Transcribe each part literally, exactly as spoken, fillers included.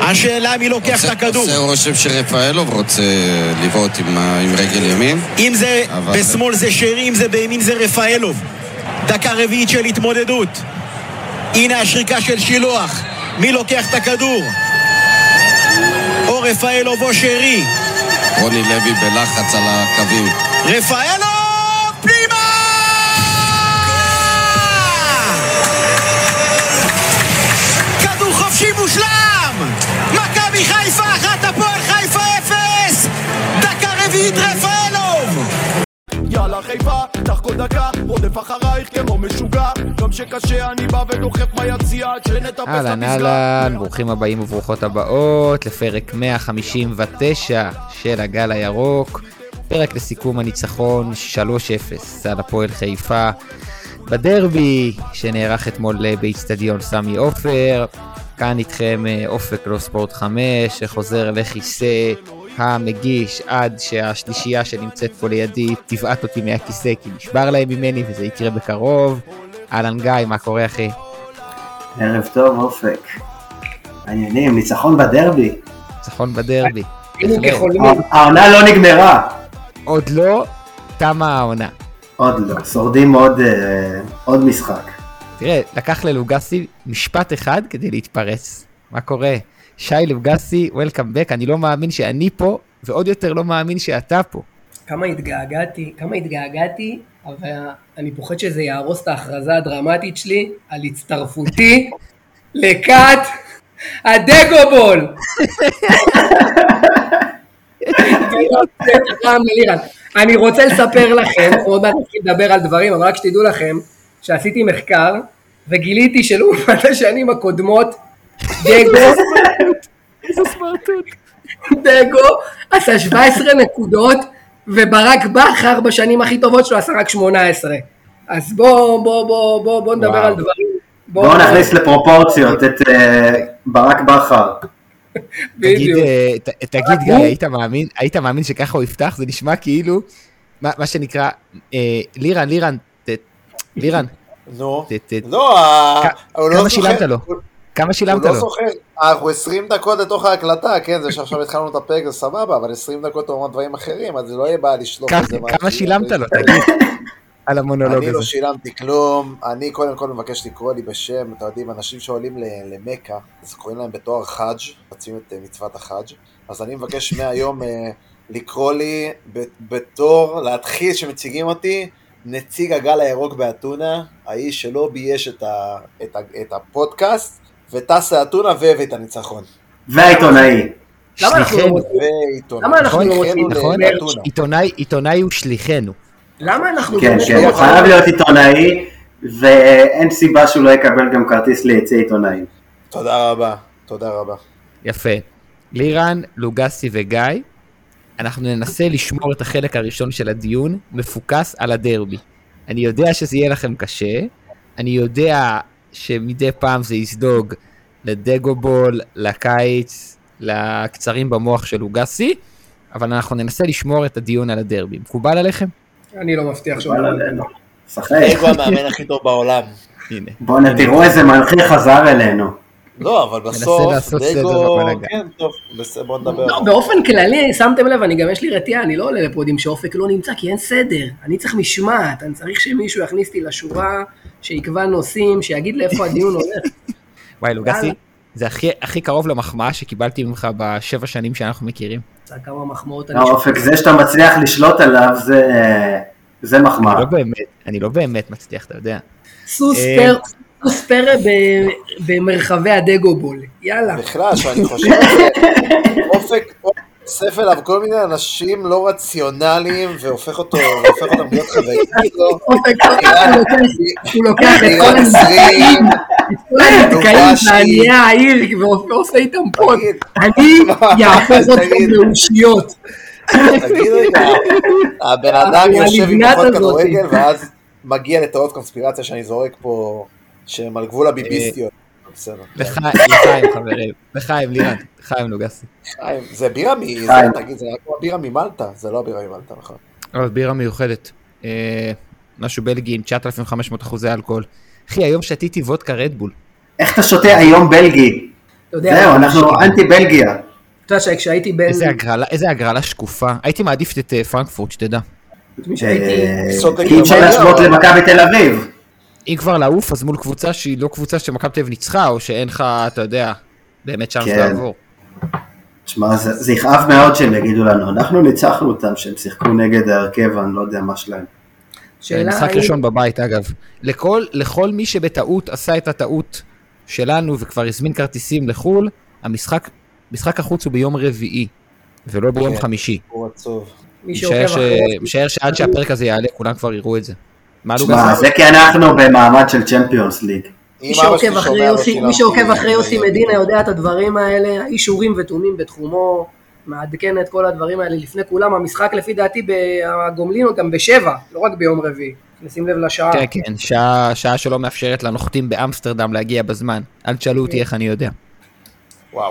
השאלה מי לוקח את הכדור. עושה רושם שרפאלוב רוצה לבעוט עם, עם רגל ימין. אם זה אבל... בשמאל זה שרי, אם זה בימין זה רפאלוב. דקה רביעית של התמודדות. הנה השריקה של שילוח. מי לוקח את הכדור? או רפאלוב או שרי. רוני לוי בלחץ על הקווים. רפאלוב פנימה! כדור חופשי מושלם! מכבי חיפה אחת, הפועל חיפה אפס! דקה רביעית רפאלוב! יאללה חיפה, תח כל דקה, רודף אחרייך כמו משוגע, גם שקשה אני בא ודוחף מהיציאה, שנטפס למסגר. אהלן אהלן, ברוכים הבאים וברוכות הבאות לפרק מאה חמישים ותשע של הגל הירוק, פרק לסיכום הניצחון שלוש אפס על הפועל חיפה בדרבי שנערך אתמול באצטדיון סמי עופר. כאן איתכם אופק לא ספורט חמש שחוזר לכיסא המגיש עד שהשלישייה שנמצאת פה לידי תבעט אותי מהכיסא כי נשבר להם ממני וזה יקרה בקרוב. אהלן גיא, מה קורה אחי? ערב טוב אופק. מעניינים, ניצחון בדרבי. ניצחון בדרבי. העונה לא נגמרה. עוד לא, תמה העונה. עוד לא, שורדים עוד, עוד משחק. תראה, לקח ללוגסי משפט אחד כדי להתפרץ. מה קורה? שי לוגסי, וולקאם בק, אני לא מאמין שאני פה, ועוד יותר לא מאמין שאתה פה. כמה התגעגעתי, כמה התגעגעתי, אבל אני פוחד שזה יהרוס את ההכרזה הדרמטית שלי, על הצטרפותי לקאט הדגובול. אני רוצה לספר לכם, עוד מעט נתחיל לדבר על דברים, אבל רק שתדעו לכם, שעשיתי מחקר, וגיליתי שלעומת השנים הקודמות, דגו, דגו עשה שבע עשרה נקודות, וברק בכר בשנים הכי טובות שלו עשה רק שמונה עשרה. אז בוא, בוא, בוא, בוא, בוא נדבר על דברים. בוא נכניס לפרופורציות את ברק בכר. תגיד, תגיד גיא, היית מאמין שככה הוא יפתח? זה נשמע כאילו, מה שנקרא, לירן, לירן, לירן. נו, לא, כמה שילמת לו? כמה שילמת לו? הוא לא זוכר, אנחנו עשרים דקות לתוך ההקלטה, כן, זה שעכשיו התחלנו את הפרק, זה סבבה, אבל עשרים דקות תורמת דברים אחרים, אז זה לא יהיה בעיה לשלוח את זה. כמה שילמת לו, תגיד, על המונולוג הזה? אני לא שילמתי כלום, אני קודם כל מבקש לקרוא לי בשם, אתה יודעים, אנשים שעולים למכה, אז קוראים להם בתואר חאג', רצים את מצוות החאג', אז אני מבקש מהיום לקרוא לי בתור, להתחיל שמציגים אותי, נציג הגל הירוק באתונה, האיש שלא בייש את, ה, את, ה, את הפודקאסט, וטס לאתונה והביא את הניצחון. והעיתונאי. למה אנחנו לא רוצים? למה אנחנו לא רוצים? נכון, עיתונאי הוא שליחנו. למה אנחנו... כן, כן, הוא חייב להיות עיתונאי, ואין סיבה שהוא לא יקבל גם כרטיס ליציא עיתונאים. תודה רבה, תודה רבה. יפה. לירן, לוגסי וגיא, אנחנו ננסה לשמור את החלק הראשון של הדיון, מפוקס על הדרבי. אני יודע שזה יהיה לכם קשה, אני יודע שמדי פעם זה יסדוג לדגובול, לקיץ, לקצרים במוח של לוגסי, אבל אנחנו ננסה לשמור את הדיון על הדרבי. מקובל עליכם? אני לא מבטיח שהוא. דגו המאמן הכי טוב בעולם. בואו תראו איזה מלכי חזר אלינו. לא, אבל בסוף, דגו, כן, טוב, בוא נדבר. לא, באופן כללי, שמתם לב, אני גם יש לי רתיעה, אני לא עולה לפודים שאופק לא נמצא, כי אין סדר, אני צריך משמעת, אני צריך שמישהו יכניס לי לשורה, שיקבע נושאים, שיגיד לאיפה הדיון הולך. וואי, לוגסי, זה הכי קרוב למחמאה שקיבלתי ממך בשבע שנים שאנחנו מכירים. זה כמה מחמאות. לא, אופק, זה שאתה מצליח לשלוט עליו, זה מחמאה. אני לא באמת מצליח, אתה יודע. סוספר. ספרה במרחבי הדגובול, יאללה. בכלל, שאני חושב אופק אוסף אליו כל מיני אנשים לא רציונליים, והופך אותו, והופך אותם להיות חוואים. אופק, הוא לוקח את כל הנתקעים, את כל הנתקעים בעניי העיר, ועושה איתם פוד. אני יהפוך אותם מאושיות. תגיד רגע, הבן אדם יושב עם פחות כדורגל, ואז מגיע לתיאוריות קונספירציה שאני זורק פה, שהם על גבול הביביסטיות. לחיים חברים, לחיים לירן, לחיים לוגסי. חיים, זה בירה מי, תגיד, זה רק בירה ממלטה, זה לא בירה ממלטה, נכון? אבל בירה מיוחדת, משהו בלגי עם תשעת אלפים וחמש מאות אחוזי אלכוהול. אחי, היום שתיתי וודקה רדבול. איך אתה שותה היום בלגי? זהו, אנחנו אנטי בלגיה. אתה יודע שכשהייתי בן... איזה הגרלה שקופה. הייתי מעדיף את פרנקפורט, שתדע. כי אפשר להשוות למכבי תל אביב. אם כבר לעוף, אז מול קבוצה שהיא לא קבוצה שמכבי תל אביב ניצחה, או שאין לך, אתה יודע, באמת שם זה לעבור. תשמע, זה יכאב מאוד שהם יגידו לנו, אנחנו ניצחנו אותם, שהם שיחקו נגד ההרכב, אני לא יודע מה שלהם. משחק ראשון בבית, אגב. לכל מי שבטעות עשה את הטעות שלנו, וכבר הזמין כרטיסים לחול, המשחק, משחק החוץ הוא ביום רביעי, ולא ביום חמישי. הוא עצוב. משער שעד שהפרק הזה יעלה, כולם כבר יראו את זה. תשמע, זה כי אנחנו במעמד של צ'מפיונס ליג. מי שעוקב אחרי יוסי מדינה יודע את הדברים האלה, האישורים ותאומים בתחומו, מעדכן את כל הדברים האלה לפני כולם. המשחק לפי דעתי בגומלין גם בשבע, לא רק ביום רביעי. נשים לב לשעה. כן, כן, שעה שלא מאפשרת לנוחתים באמסטרדם להגיע בזמן. אל תשאלו אותי איך אני יודע. וואו.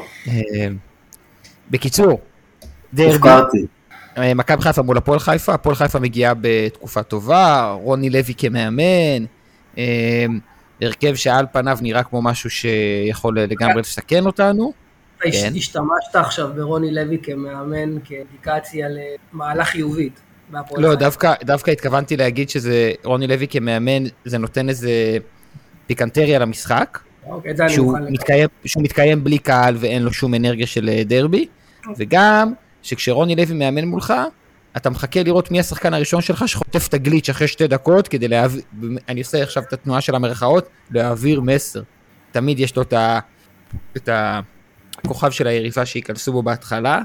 בקיצור, דרבי. מכבי חיפה מול הפועל חיפה, הפועל חיפה מגיעה בתקופה טובה, רוני לוי כמאמן, הרכב שעל פניו נראה כמו משהו שיכול לגמרי לסכן אותנו. השתמשת עכשיו ברוני לוי כמאמן, כאינדיקציה למהלך חיובית. לא, דווקא התכוונתי להגיד שזה רוני לוי כמאמן, זה נותן איזה פיקנטריה למשחק, שהוא מתקיים בלי קהל ואין לו שום אנרגיה של דרבי, וגם שכשרוני לוי מאמן מולך, אתה מחכה לראות מי השחקן הראשון שלך שחוטף את הגליץ' אחרי שתי דקות, כדי להעביר, אני עושה עכשיו את התנועה של המרכאות, להעביר מסר. תמיד יש לו את, ה, את הכוכב של היריבה שיכנסו בו בהתחלה,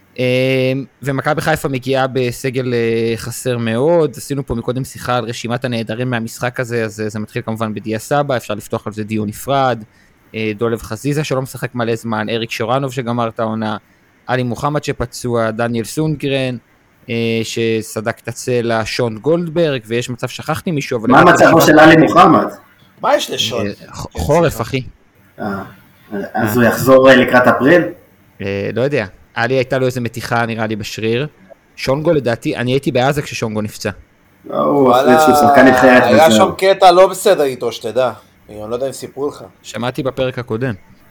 ומכבי חיפה מגיעה בסגל חסר מאוד, עשינו פה מקודם שיחה על רשימת הנהדרים מהמשחק הזה, אז זה מתחיל כמובן בדיה סבא, אפשר לפתוח על זה דיון נפרד, דולב חזיזה שלא משחק מלא זמן, אריק שורנוב שגמר את העונה, אלי מוחמד שפצוע, דניאל סונגרן, שסדק את הצלע, שון גולדברג, ויש מצב שכחתי מישהו. מה המצבו של אלי מוחמד? מה יש לשון? חורף, אחי. אז הוא יחזור לקראת אפריל? לא יודע. אלי הייתה לו איזה מתיחה, נראה לי, בשריר. שונגו, לדעתי, אני הייתי בעזה כששונגו נפצע. היה שם קטע לא בסדר איתו, שתדע. אני לא יודע אם סיפרו לך. שמעתי בפרק הקודם.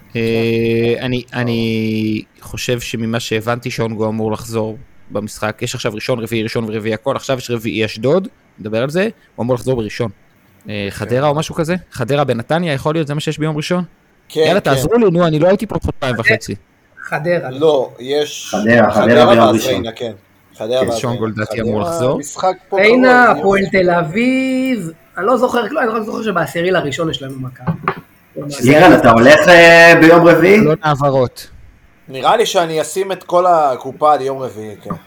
אני חושב שממה שהבנתי שונגו אמור לחזור במשחק, יש עכשיו ראשון, רביעי, ראשון ורביעי הכל, עכשיו יש רביעי אשדוד, נדבר על זה, הוא אמור לחזור בראשון. חדרה או משהו כזה? חדרה בנתניה, יכול להיות, זה מה שיש ביום ראשון? יאללה, תעזרו לי, נו, אני לא הייתי פה חודשיים וחצי. חדרה. לא, יש... חדרה, חדרה ביום ראשון. שונגו לדעתי אמור לחזור. הנה, הפועל תל אביב, אני לא זוכר, אני רק זוכר שבעשירי לראשון יש לנו מכבי. ירן, אתה הולך ביום רביעי? לא נעברות. נראה לי שאני אשים את כל הקופה עד יום רביעי, כן.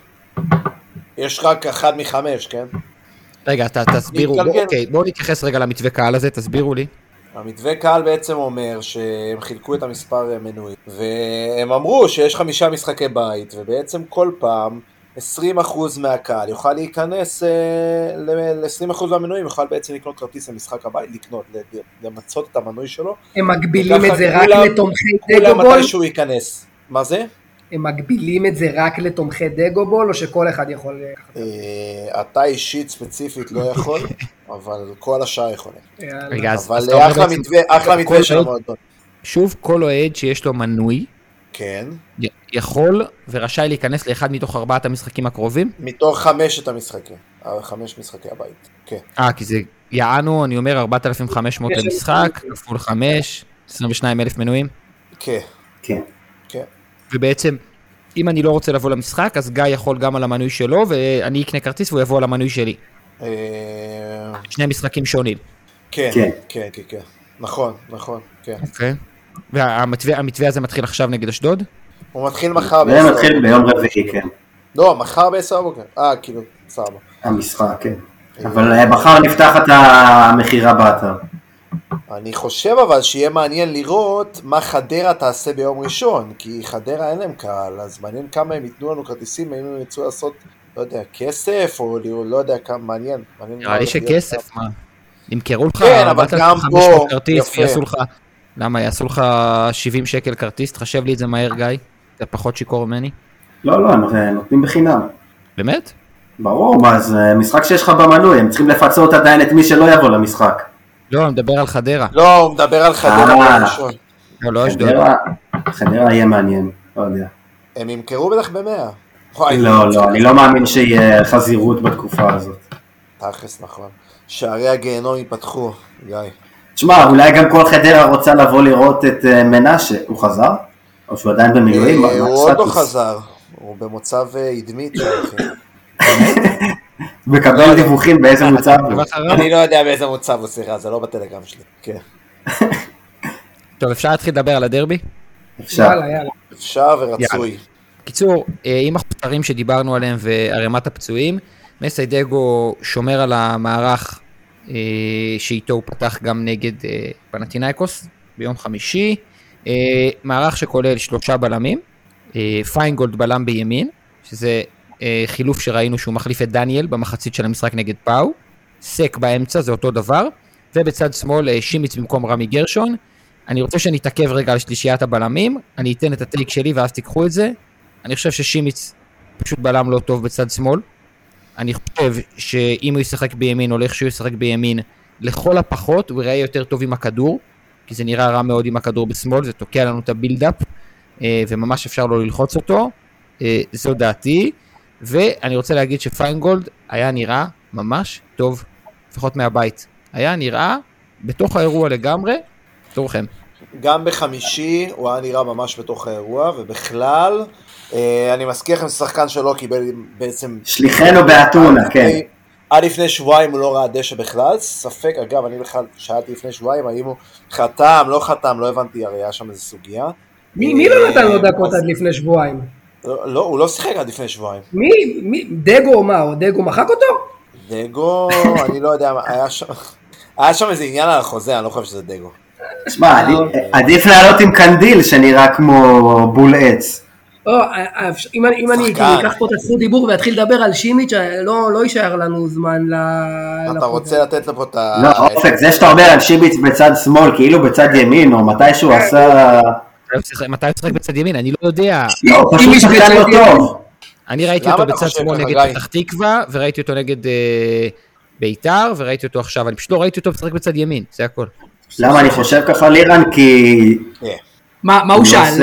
יש רק אחד מחמש, כן? רגע, תסבירו, אוקיי, בואו נתייחס רגע למתווה קהל הזה, תסבירו לי. המתווה קהל בעצם אומר שהם חילקו את המספר מנוי, והם אמרו שיש חמישה משחקי בית, ובעצם כל פעם עשרים אחוז מהקהל יוכל להיכנס ל-עשרים אחוז מהמנויים, יוכל בעצם לקנות כרטיס למשחק הבית, לקנות, למצות את המנוי שלו. הם מגבילים את זה רק לתומכי דגובול? כולם מתי שהוא ייכנס. מה זה? הם מגבילים את זה רק לתומכי דגובול, או שכל אחד יכול... אתה אישית ספציפית לא יכול, אבל כל השאר יכול. אבל אחלה מתווה של המועדון. שוב, כל אוהד שיש לו מנוי, כן. יכול ורשאי להיכנס לאחד מתוך ארבעת המשחקים הקרובים? מתוך חמשת המשחקים, חמש משחקי הבית, כן. אה, כי זה יענו, אני אומר, ארבעת אלפים וחמש מאות למשחק, כפול חמש, עשרים ושניים אלף מנויים? כן. כן. כן. ובעצם, אם אני לא רוצה לבוא למשחק, אז גיא יכול גם על המנוי שלו, ואני אקנה כרטיס והוא יבוא על המנוי שלי. שני משחקים שונים. כן, כן, כן, כן. נכון, נכון, כן. אוקיי. והמתווה הזה מתחיל עכשיו נגד אשדוד? הוא מתחיל מחר בעשר. זה מתחיל ביום רביעי, כן. לא, מחר בעשר בוקר. אה, כאילו, סבבה. המשחק, כן. אבל מחר נפתח את המחירה באתר. אני חושב אבל שיהיה מעניין לראות מה חדרה תעשה ביום ראשון, כי חדרה אין להם קהל, אז מעניין כמה הם ייתנו לנו כרטיסים, האם הם יצאו לעשות, לא יודע, כסף, או לא יודע כמה, מעניין. נראה לי שכסף, מה? ימכרו לך ארבעת אלפים וחמש מאות כרטיס, ויעשו לך, למה, יעשו לך שבעים שקל כרטיס, תחשב לי את זה מהר גיא, זה פחות שיקור ממני. לא, לא, נותנים בחינם. באמת? ברור, מה, זה משחק שיש לך במנוי, הם צריכים לפצות עדיין את מי שלא יבוא למשחק. לא, הוא מדבר על חדרה. לא, הוא מדבר על חדרה בראשון. לא, לא אשדוד. חדרה יהיה מעניין, לא יודע. הם ימכרו בטח במאה. לא, לא, אני לא מאמין שיהיה חזירות בתקופה הזאת. תכלס נכון. שערי הגיהנום ייפתחו, גיא. תשמע, אולי גם כל חדרה רוצה לבוא לראות את מנשה, הוא חזר? או שהוא עדיין במילואים? הוא עוד לא חזר, הוא במוצב עדמית. מקבל דיווחים באיזה מוצב הוא. אני לא יודע באיזה מוצב הוא, סליחה, זה לא בטלגרם שלי. כן. טוב, אפשר להתחיל לדבר על הדרבי? אפשר. אפשר ורצוי. קיצור, עם החוסרים שדיברנו עליהם והרמת הפצועים, מסיידגו שומר על המערך שאיתו הוא פתח גם נגד פנתינייקוס ביום חמישי, מערך שכולל שלושה בלמים, פיינגולד בלם בימין, שזה חילוף שראינו שהוא מחליף את דניאל במחצית של המשחק נגד פאו, סק באמצע, זה אותו דבר, ובצד שמאל שימיץ במקום רמי גרשון. אני רוצה שנתעכב רגע על שלישיית הבלמים, אני אתן את הטייק שלי ואז תיקחו את זה. אני חושב ששימיץ פשוט בלם לא טוב בצד שמאל, אני חושב שאם הוא ישחק בימין, הולך שהוא ישחק בימין, לכל הפחות הוא יראה יותר טוב עם הכדור, כי זה נראה רע מאוד עם הכדור בשמאל, זה תוקע לנו את הבילדאפ, וממש אפשר לא ללחוץ אותו, זו דעתי, ואני רוצה להגיד שפיינגולד היה נראה ממש טוב, לפחות מהבית, היה נראה בתוך האירוע לגמרי, תורכם. גם בחמישי הוא היה נראה ממש בתוך האירוע, ובכלל, אני מזכיר לכם ששחקן שלו קיבל בעצם... שליחנו באתונה, כן. עד לפני שבועיים הוא לא ראה דשא בכלל, ספק, אגב, אני בכלל שאלתי לפני שבועיים, האם הוא חתם, לא חתם, לא הבנתי, הרי היה שם איזו סוגיה. מי לא נתן לו דקות עד לפני שבועיים? לא, הוא לא שיחק עד לפני שבועיים. מי? דגו מה? או דגו מחק אותו? דגו, אני לא יודע, היה שם... היה שם איזה עניין על החוזה, אני לא חושב שזה דגו. תשמע, עדיף לעלות עם קנדיל שנראה כמו בול עץ. אם אני אקח פה את הזכות דיבור ואתחיל לדבר על שימיץ', לא יישאר לנו זמן ל... אתה רוצה לתת לפה את ה... לא, אופק, זה שאתה אומר על שימיץ' בצד שמאל, כאילו בצד ימין, או מתי שהוא עשה... מתי הוא שחק בצד ימין? אני לא יודע. לא, פשוט שחקן לא טוב. אני ראיתי אותו בצד שמאל נגד פתח תקווה, וראיתי אותו נגד ביתר, וראיתי אותו עכשיו. אני פשוט לא ראיתי אותו שחק בצד ימין, זה הכל. למה אני חושב ככה לירן? כי... מה הוא שאל?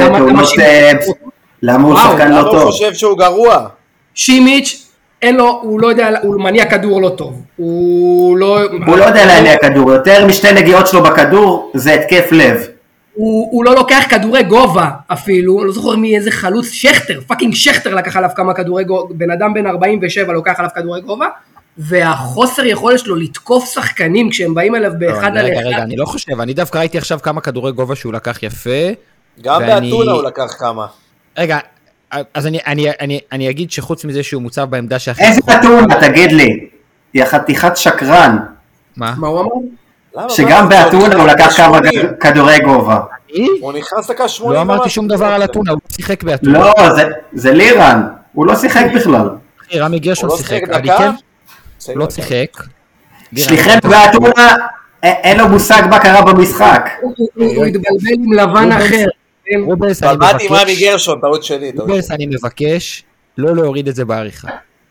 למה הוא שחקן לא טוב? למה הוא חושב שהוא גרוע? שימיץ' אין לו, הוא לא יודע, הוא מניע כדור לא טוב. הוא לא... הוא לא יודע להניע כדור, יותר משתי נגיעות שלו בכדור זה התקף לב. הוא לא לוקח כדורי גובה אפילו, אני לא זוכר מי איזה חלוץ, שכטר, פאקינג שכטר לקח עליו כמה כדורי גובה, בן אדם בן ארבעים ושבע לוקח עליו כדורי גובה, והחוסר יכולת שלו לתקוף שחקנים כשהם באים אליו באחד על אחד. רגע, רגע, אני לא חושב, אני דווקא ראיתי עכשיו כמה כדורי גובה שהוא לקח יפה. גם באתונה הוא לקח כמה. רגע, אז אני, אני, אני, אני אגיד שחוץ מזה שהוא מוצב בעמדה שהכי... איזה אתונה, תגיד לי, היא חתיכת שקרן. מה? מה הוא אמר? שגם באתונה הוא לקח כמה כדורי גובה. הוא נכנס דקה שמונים. לא אמרתי שום דבר על אתונה, הוא שיחק באתונה. לא, זה לירן, הוא לא שיחק בכלל. רמי גרשון שיחק, עדי כן? לא שיחק. שליחנו באתונה, אין לו מושג מה קרה במשחק. הוא התבלבל עם לבן אחר. בלבלתי מה מגרשון, טעות שלי. רובלס, אני מבקש לא להוריד את זה בעריכה.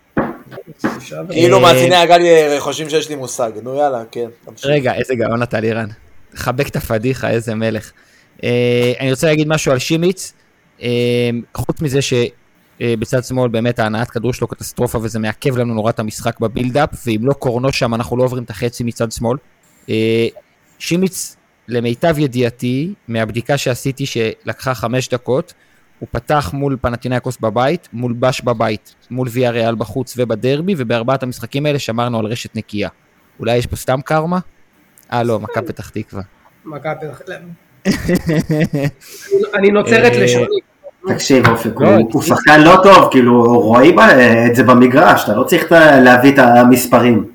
כאילו מאזיני הגל חושבים שיש לי מושג. נו יאללה, כן. רגע, איזה גאון אתה לירן. חבק את הפדיחה, איזה מלך. אני רוצה להגיד משהו על שימיץ. חוץ מזה שבצד שמאל באמת ההנעת כדור שלו קטסטרופה, וזה מעכב לנו נורא את המשחק בבילדאפ, ואם לא קורנו שם אנחנו לא עוברים את החצי מצד שמאל. שימיץ, למיטב ידיעתי, מהבדיקה שעשיתי שלקחה חמש דקות, הוא פתח מול פנתינייקוס בבית, מול בש בבית, מול ויה ריאל בחוץ ובדרבי, ובארבעת המשחקים האלה שמרנו על רשת נקייה. אולי יש פה סתם קרמה? אה לא, מכבי פתח תקווה. מכבי פתח תקווה. אני נוצרת לשוני. תקשיב אופק, הוא שחקן לא טוב, כאילו רואים את זה במגרש, אתה לא צריך להביא את המספרים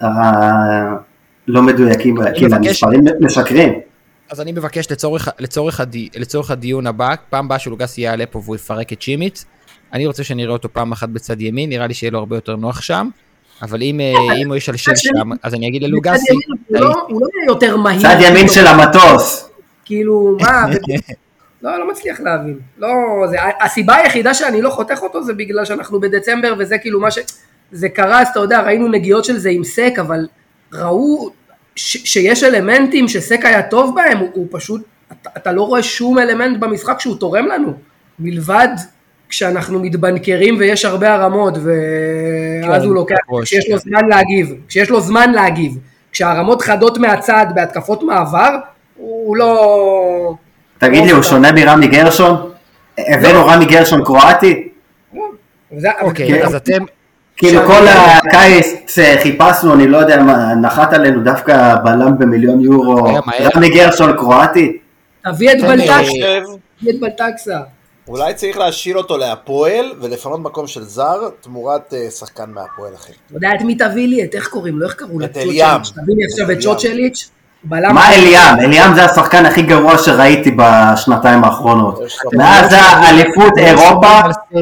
הלא מדויקים, כאילו המספרים משקרים. אז אני מבקש לצורך, לצורך, הדי, לצורך הדיון הבא, פעם באה שלוגס יעלה פה והוא יפרק את שימיץ, אני רוצה שנראה אותו פעם אחת בצד ימין, נראה לי שיהיה לו הרבה יותר נוח שם, אבל אם, אם הוא ישלשל שם, אז אני אגיד ללוגסי... הוא לא יהיה יותר מהיר. צד ימין של המטוס. כאילו, מה? לא, לא מצליח להבין. לא, זה, הסיבה היחידה שאני לא חותך אותו זה בגלל שאנחנו בדצמבר, וזה כאילו מה ש... זה קרה, אז אתה יודע, ראינו נגיעות של זה עם סק, אבל ראו ש, שיש אלמנטים שסק היה טוב בהם, הוא, הוא פשוט אתה, אתה לא רואה שום אלמנט במשחק שהוא תורם לנו, מלבד כשאנחנו מתבנקרים ויש הרבה הרמות, ואז הוא לוקח, כשיש לו זמן להגיב, כשיש לו זמן להגיב, כשהרמות חדות מהצד, בהתקפות מעבר, הוא לא... תגיד לי, הוא שונה מרמי גרשון? הבאנו רמי גרשון קרואטי? אוקיי, אז אתם... כאילו כל הקיץ חיפשנו, אני לא יודע מה, נחת עלינו דווקא בלם במיליון יורו, רמי גרשון קרואטי? תביא את בלטקסה, תביא את בלטקסה. אולי צריך להשיל אותו להפועל, ולפנות מקום של זר, תמורת שחקן מהפועל אחר. אתה יודע את מי תביא לי? את איך קוראים לו? איך קראו לה? את אליאם. תביא לי עכשיו את צ'וצ'ליץ'. מה אליאם? אליאם זה השחקן הכי גרוע שראיתי בשנתיים האחרונות. מאז האליפות אירופה.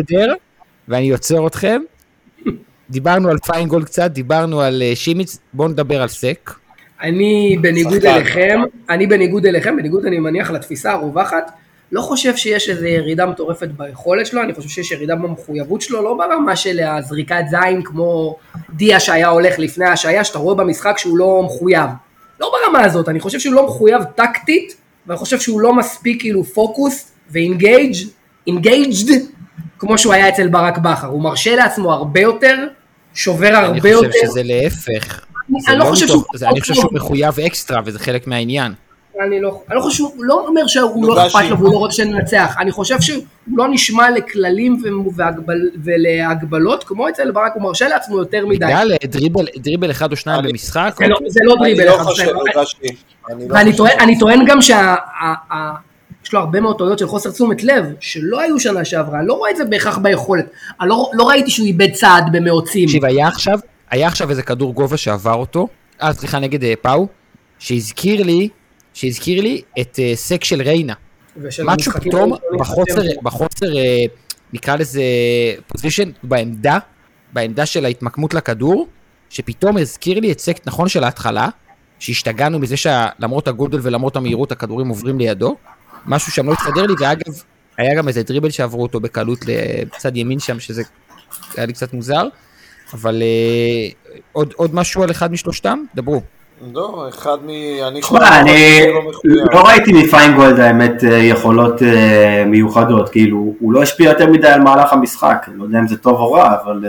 ואני יוצר אתכם. דיברנו על פיינגולד קצת, דיברנו על שימיץ, בואו נדבר על סק. אני בניגוד אליכם, אני בניגוד אליכם, בניגוד אני מניח לתפיסה הרווחת, לא חושב שיש איזו ירידה מטורפת ביכולת שלו, אני חושב שיש ירידה במחויבות שלו, לא ברמה של הזריקת זין כמו דיה שהיה הולך לפני השעיה, שאתה רואה במשחק שהוא לא מחויב. לא ברמה הזאת, אני חושב שהוא לא מחויב טקטית, ואני חושב שהוא לא מספיק כאילו פוקוס ואינגייג', אינגייג'ד, כמו שהוא היה אצל ברק בכר. הוא מרשה לעצמו הרבה יותר, שובר הרבה יותר. אני חושב שזה להפך. אני לא חושב שהוא... אני חושב שהוא מחויב אקסטרה, וזה חלק מהעניין. אני לא, אני לא חושב, הוא לא אומר שהוא לא אכפת לו והוא לא רוצה שננצח, אני חושב שהוא לא נשמע לכללים ולהגבלות, כמו אצל ברק, הוא מרשה לעצמו יותר מדי. בגלל דריבל אחד או שניים במשחק? זה לא דריבל אחד או שניים. ואני טוען גם שיש לו הרבה מאוד טעויות של חוסר תשומת לב, שלא היו שנה שעברה, אני לא רואה את זה בהכרח ביכולת, אני לא ראיתי שהוא איבד צעד במאוצים. תקשיב, היה עכשיו איזה כדור גובה שעבר אותו, אה, סליחה, נגד פאו, שהזכיר לי, שהזכיר לי את uh, סק של ריינה. משהו פתאום בחוצר, בחוצר, uh, נקרא לזה פוזישן, בעמדה, בעמדה של ההתמקמות לכדור, שפתאום הזכיר לי את סק נכון של ההתחלה, שהשתגענו מזה שלמרות הגודל ולמרות המהירות הכדורים עוברים לידו, משהו שם לא התחדר לי, ואגב, היה גם איזה דריבל שעברו אותו בקלות לצד ימין שם, שזה היה לי קצת מוזר, אבל uh, עוד, עוד משהו על אחד משלושתם? דברו. לא, אחד מ... אני לא ראיתי מפיינגולד האמת יכולות מיוחדות, כאילו הוא לא השפיע יותר מדי על מהלך המשחק, לא יודע אם זה טוב או רע, אבל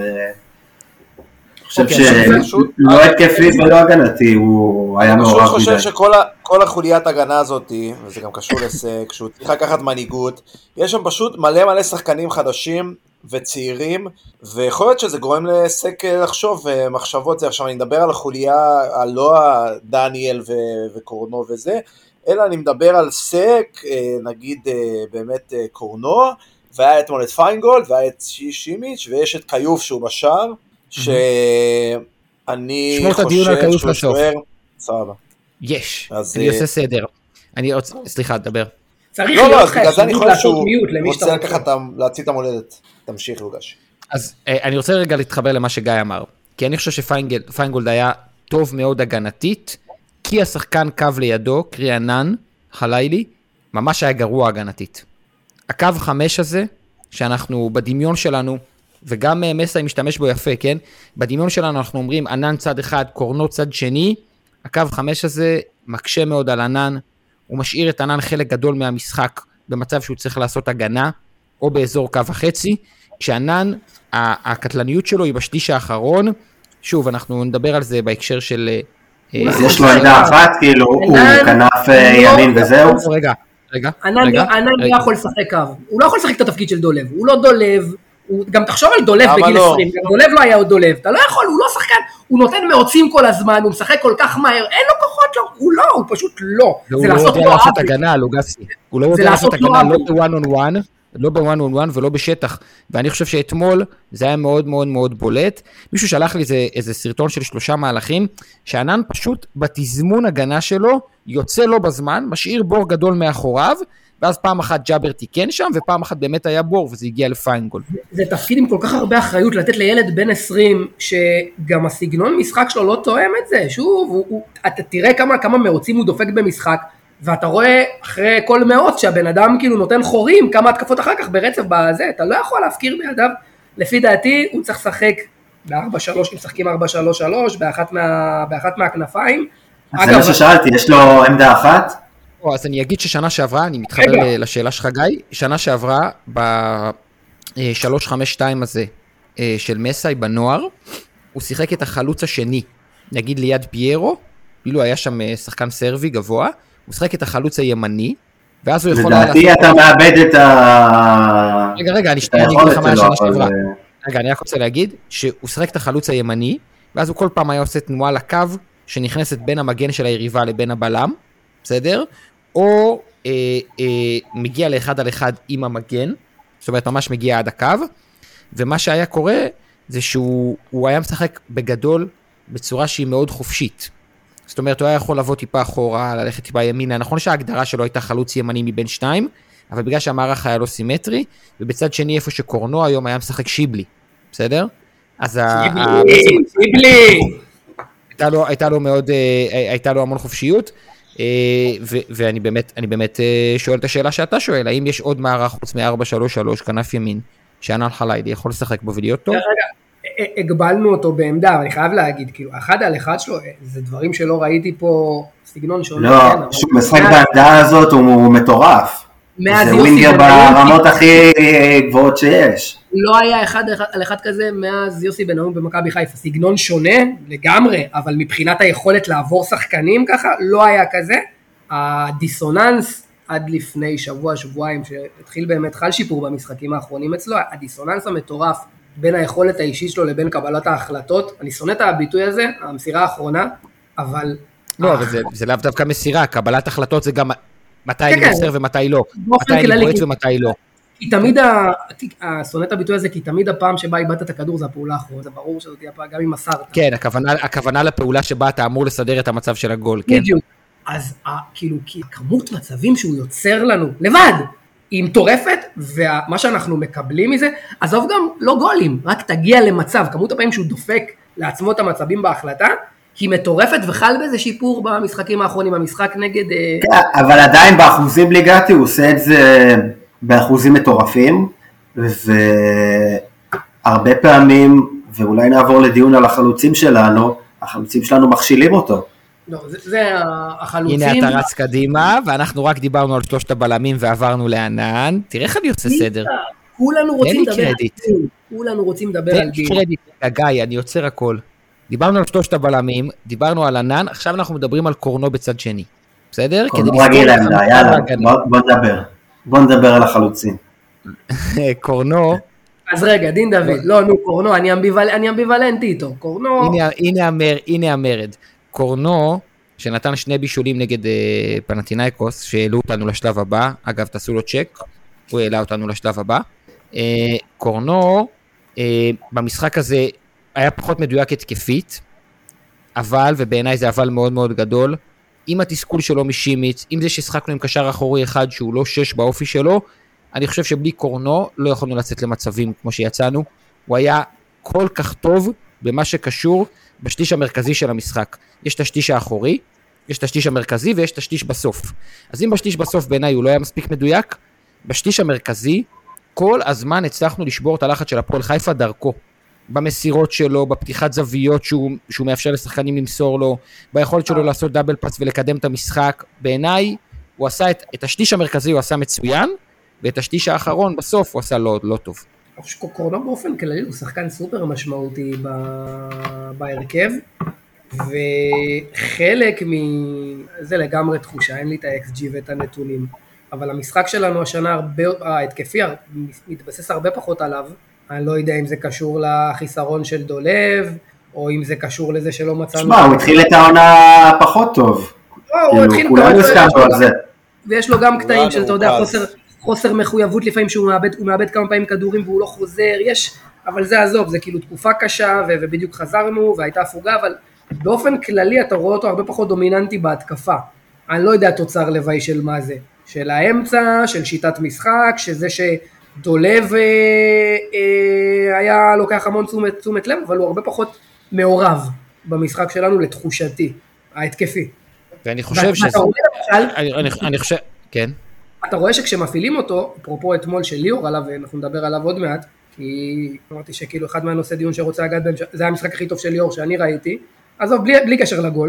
אני חושב שלא התקפי ולא הגנתי, הוא היה מעורב מדי. אני חושב שכל החוליית הגנה הזאת, וזה גם קשור לסק, שהוא צריך לקחת מנהיגות, יש שם פשוט מלא מלא שחקנים חדשים, וצעירים, ויכול להיות שזה גורם לסק לחשוב מחשבות זה. עכשיו אני מדבר על החוליה, על לא דניאל ו- וקורנו וזה, אלא אני מדבר על סק, נגיד באמת קורנו, והיה אתמול את פיינגולד, והיה את שימיץ', ויש את קיוף שהוא בשער, שאני חושב שהוא שוער, סבבה. יש, אני עושה סדר. אני רוצה, סליחה, דבר. צריך להיות חייב לעשות מיוט למי שאתה רוצה. להציל את המולדת. תמשיך לוגש. אז אני רוצה רגע להתחבר למה שגיא אמר, כי אני חושב שפיינגולד היה טוב מאוד הגנתית, כי השחקן קו לידו, קרי ענן, חלילי, ממש היה גרוע הגנתית. הקו חמש הזה, שאנחנו בדמיון שלנו, וגם מסי משתמש בו יפה, כן? בדמיון שלנו אנחנו אומרים, ענן צד אחד, קורנו צד שני, הקו חמש הזה מקשה מאוד על ענן, הוא משאיר את ענן חלק גדול מהמשחק, במצב שהוא צריך לעשות הגנה, או באזור קו החצי, כשענן, הקטלניות שלו היא בשליש האחרון, שוב, אנחנו נדבר על זה בהקשר של... אז יש לו עמדה אחת, כאילו, הוא כנף ימין וזהו? רגע, רגע. ענן לא יכול לשחק קו, הוא לא יכול לשחק את התפקיד של דולב, הוא לא דולב, גם תחשוב על דולב בגיל עשרים, גם דולב לא היה עוד דולב, אתה לא יכול, הוא לא שחקן, הוא נותן מעוצים כל הזמן, הוא משחק כל כך מהר, אין לו כוחות לו, הוא לא, הוא פשוט לא. הוא לא יודע לעשות הגנה, לוגסי, הוא לא יודע לעשות הגנה, לא בוואן און וואן, לא בוואן און וואן ולא בשטח, ואני חושב שאתמול זה היה מאוד מאוד מאוד בולט, מישהו שלח לי איזה, איזה סרטון של שלושה מהלכים, שענן פשוט בתזמון הגנה שלו, יוצא לו בזמן, משאיר בור גדול מאחוריו, ואז פעם אחת ג'אבר תיקן שם, ופעם אחת באמת היה בור, וזה הגיע לפיינגולד. זה תפקיד עם כל כך הרבה אחריות, לתת לילד בן עשרים, שגם הסגנון משחק שלו לא תואם את זה, שוב, הוא, הוא, אתה תראה כמה, כמה מעוצים הוא דופק במשחק, ואתה רואה אחרי כל מאות שהבן אדם כאילו נותן חורים, כמה התקפות אחר כך ברצף בזה, אתה לא יכול להפקיר בידיו, לפי דעתי הוא צריך לשחק ב-ארבע שלוש, אם משחקים ארבע שלוש שלוש, באחת, מה, באחת מהכנפיים. זה מה ששאלתי, יש לו עמדה אחת? אז אני אגיד ששנה שעברה, אני מתחבר לשאלה שלך גיא, שנה שעברה ב-שלוש חמש שתיים הזה של מסאי בנוער, הוא שיחק את החלוץ השני, נגיד ליד פיירו, כאילו היה שם שחקן סרבי גבוה, הוא שיחק את החלוץ הימני, ואז הוא יכול... לדעתי אתה מאבד את ה... רגע, רגע, אני אגיד לך מה השנה שעברה. רגע, אני רק רוצה להגיד שהוא שיחק את החלוץ הימני, ואז הוא כל פעם היה עושה תנועה לקו, שנכנסת בין המגן של היריבה לבין הבלם, בסדר? או אה, אה, מגיע לאחד על אחד עם המגן, זאת אומרת ממש מגיע עד הקו, ומה שהיה קורה זה שהוא היה משחק בגדול בצורה שהיא מאוד חופשית. זאת אומרת, הוא היה יכול לבוא טיפה אחורה, ללכת טיפה ימינה, נכון שההגדרה שלו הייתה חלוץ ימני מבין שניים, אבל בגלל שהמערך היה לא סימטרי, ובצד שני איפה שקורנו היום היה משחק שיבלי, בסדר? אז שיבלי, שיבלי! הייתה לו, הייתה לו מאוד, הייתה לו המון חופשיות, ואני באמת, אני באמת שואל את השאלה שאתה שואל, האם יש עוד מערך חוץ מ-ארבע שלוש שלוש כנף ימין, שענן חליידי יכול לשחק בו ולהיות טוב? רגע, הגבלנו אותו בעמדה, אבל אני חייב להגיד, כאילו, אחד על אחד שלו, זה דברים שלא ראיתי פה, סגנון שונה. לא, שהוא משחק בעמדה הזאת הוא מטורף. זה ווינגר ברמות הכי גבוהות שיש. לא היה אחד על אחד כזה מאז יוסי בן-נאום במכבי חיפה, סגנון שונה לגמרי, אבל מבחינת היכולת לעבור שחקנים ככה, לא היה כזה. הדיסוננס עד לפני שבוע, שבועיים, שהתחיל באמת, חל שיפור במשחקים האחרונים אצלו, הדיסוננס המטורף בין היכולת האישית שלו לבין קבלת ההחלטות, אני שונא את הביטוי הזה, המסירה האחרונה, אבל... לא, אבל זה, זה לאו דווקא מסירה, קבלת החלטות זה גם מתי אני מוסר ומתי לא, מתי אני בועט ומתי לא. כי תמיד, שונא את הביטוי הזה, כי תמיד הפעם שבה איבדת את הכדור זה הפעולה האחרונה, זה ברור שזאת תהיה הפעם, גם אם מסרת. כן, הכוונה, הכוונה לפעולה שבה אתה אמור לסדר את המצב של הגול, כן. בדיוק. אז כאילו, כי כמות מצבים שהוא יוצר לנו, לבד, היא מטורפת, ומה שאנחנו מקבלים מזה, עזוב גם לא גולים, רק תגיע למצב, כמות הפעמים שהוא דופק לעצמו את המצבים בהחלטה, היא מטורפת וחל בזה שיפור במשחקים האחרונים, המשחק נגד... כן, אבל עדיין באחוזים ליגתי הוא עושה את זה באחוזים מטורפים, והרבה פעמים, ואולי נעבור לדיון על החלוצים שלנו, החלוצים שלנו מכשילים אותו. לא, זה, זה החלוצים... הנה אתה רץ קדימה, ואנחנו רק דיברנו על שלושת הבלמים ועברנו לענן, תראה איך אני עושה סדר. כולנו רוצים לדבר על דין. כולנו רוצים לדבר על דין. קרדיט, גיא, אני יוצר הכל. דיברנו על שלושת הבלמים, דיברנו על ענן, עכשיו אנחנו מדברים על קורנו בצד שני. בסדר? קורנו רגיל לעמדה, יאללה, בוא נדבר. בוא נדבר על החלוצים. קורנו... אז רגע, דין דוד, לא, נו, קורנו, אני אמביוולנטי איתו. קורנו... הנה המרד. קורנו, שנתן שני בישולים נגד פנתינייקוס, שהעלו אותנו לשלב הבא, אגב, תעשו לו צ'ק, הוא העלה אותנו לשלב הבא. קורנו, במשחק הזה, היה פחות מדויק התקפית, אבל, ובעיניי זה אבל מאוד מאוד גדול, עם התסכול שלו משימיץ, עם זה ששחקנו עם קשר אחורי אחד שהוא לא שש באופי שלו, אני חושב שבלי קורנו לא יכולנו לצאת למצבים כמו שיצאנו, הוא היה כל כך טוב במה שקשור בשליש המרכזי של המשחק. יש את השליש האחורי, יש את השליש המרכזי ויש את השליש בסוף. אז אם בשליש בסוף בעיניי הוא לא היה מספיק מדויק, בשליש המרכזי כל הזמן הצלחנו לשבור את הלחץ של הפועל חיפה דרכו. במסירות שלו, בפתיחת זוויות שהוא, שהוא מאפשר לשחקנים למסור לו, ביכולת שלו לעשות דאבל פאס ולקדם את המשחק. בעיניי הוא עשה את, את השליש המרכזי הוא עשה מצוין, ואת השליש האחרון בסוף הוא עשה לא, לא טוב. קורנו באופן כללי הוא שחקן סופר משמעותי ב... בהרכב, וחלק מזה לגמרי תחושה, אין לי את ה-אקס ג'י ואת הנתונים, אבל המשחק שלנו השנה הרבה, ההתקפי מתבסס הרבה פחות עליו, אני לא יודע אם זה קשור לחיסרון של דולב, או אם זה קשור לזה שלא מצאנו... שמה, הוא התחיל את העונה פחות טוב. הוא התחיל את העונה פחות טוב. ויש לו גם קטעים שאתה יודע, חוסר... חוסר מחויבות לפעמים שהוא מאבד, הוא מאבד כמה פעמים כדורים והוא לא חוזר, יש, אבל זה עזוב, זה כאילו תקופה קשה ו- ובדיוק חזרנו והייתה הפוגה, אבל באופן כללי אתה רואה אותו הרבה פחות דומיננטי בהתקפה. אני לא יודע תוצר לוואי של מה זה, של האמצע, של שיטת משחק, שזה שדולב אה, אה, היה לוקח המון תשומת, תשומת לב, אבל הוא הרבה פחות מעורב במשחק שלנו לתחושתי, ההתקפי. ואני חושב שזה... אני, אני, אני חושב, כן. אתה רואה שכשמפעילים אותו, אפרופו אתמול של ליאור עליו, ואנחנו נדבר עליו עוד מעט, כי אמרתי שכאילו אחד מהנושא דיון שרוצה לגעת בהם, זה היה המשחק הכי טוב של ליאור שאני ראיתי, אז בלי, בלי קשר לגול,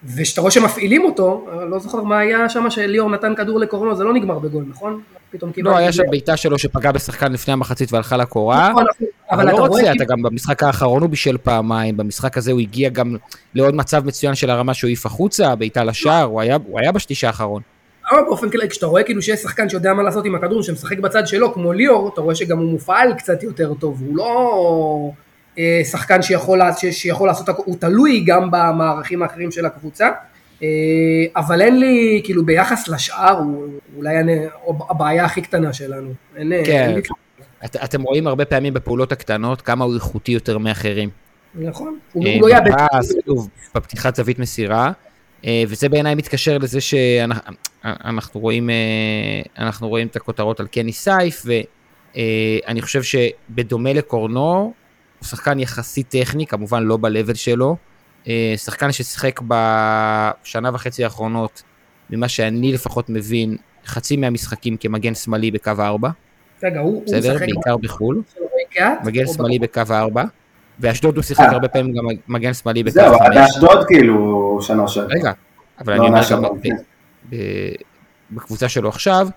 ושאתה רואה שמפעילים אותו, לא זוכר מה היה שם שליאור נתן כדור לקורנו, זה לא נגמר בגול, נכון? לא, היה שם בעיטה שלו שפגע בשחקן לפני המחצית והלכה לקורה, אבל לא רוצה, אתה גם במשחק האחרון הוא בישל פעמיים, במשחק הזה הוא הגיע גם לעוד מצב מצוין של הרמה שהוא העיף החוצה, בעיטה לשער, הוא היה בשליש האחרון. אבל באופן כללי, כשאתה רואה כאילו שיש שחקן שיודע מה לעשות עם הכדור, שמשחק בצד שלו, כמו ליאור, אתה רואה שגם הוא מופעל קצת יותר טוב, הוא לא שחקן שיכול לעשות, הוא תלוי גם במערכים האחרים של הקבוצה, אבל אין לי, כאילו ביחס לשאר, הוא אולי הבעיה הכי קטנה שלנו. כן, אתם רואים הרבה פעמים בפעולות הקטנות, כמה הוא איכותי יותר מאחרים. נכון, הוא לא יאבד. בפתיחת זווית מסירה, וזה בעיניי מתקשר לזה שאנחנו רואים, אנחנו רואים את הכותרות על קני סייף, ואני חושב שבדומה לקורנו, הוא שחקן יחסית טכני, כמובן לא בלבל שלו, שחקן ששיחק בשנה וחצי האחרונות, ממה שאני לפחות מבין, חצי מהמשחקים כמגן שמאלי בקו ארבע. רגע, הוא בסדר, בעיקר בחול. מגן שמאלי בקו ארבע. באשדוד הוא שיחק הרבה פעמים גם מגן שמאלי בקו חמש. זהו, באשדוד כאילו שנה שעברה. רגע, אבל אני אומר גם בקבוצה שלו עכשיו.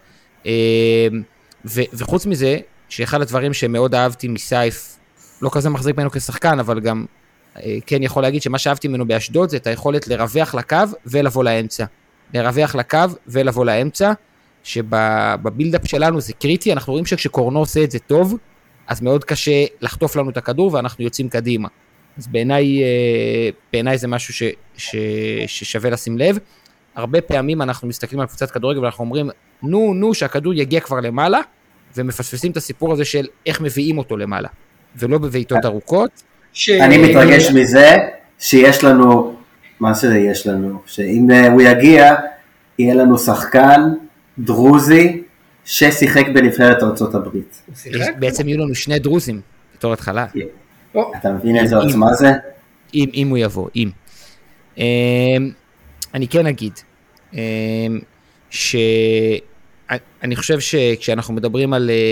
וחוץ מזה, שאחד הדברים שמאוד אהבתי מסייף, לא כזה מחזיק ממנו כשחקן, אבל גם כן יכול להגיד שמה שאהבתי ממנו באשדוד, זה את היכולת לרווח לקו ולבוא לאמצע. לרווח לקו ולבוא לאמצע, שבבילדאפ שלנו זה קריטי, אנחנו רואים שכשקורנו עושה את זה טוב, אז מאוד קשה לחטוף לנו את הכדור, ואנחנו יוצאים קדימה. אז בעיניי, בעיניי זה משהו ש, ש, ששווה לשים לב. הרבה פעמים אנחנו מסתכלים על קבוצת כדורגל, ואנחנו אומרים, נו, נו, שהכדור יגיע כבר למעלה, ומפספסים את הסיפור הזה של איך מביאים אותו למעלה, ולא בבעיטות ארוכות. ש... אני מתרגש מזה שיש לנו, מה שזה יש לנו, שאם הוא יגיע, יהיה לנו שחקן דרוזי, ששיחק בנבחרת ארצות הברית. בעצם יהיו לנו שני דרוזים, בתור התחלה. אתה מבין איזה עוצמה זה? אם הוא יבוא, אם. אני כן אגיד, שאני חושב שכשאנחנו מדברים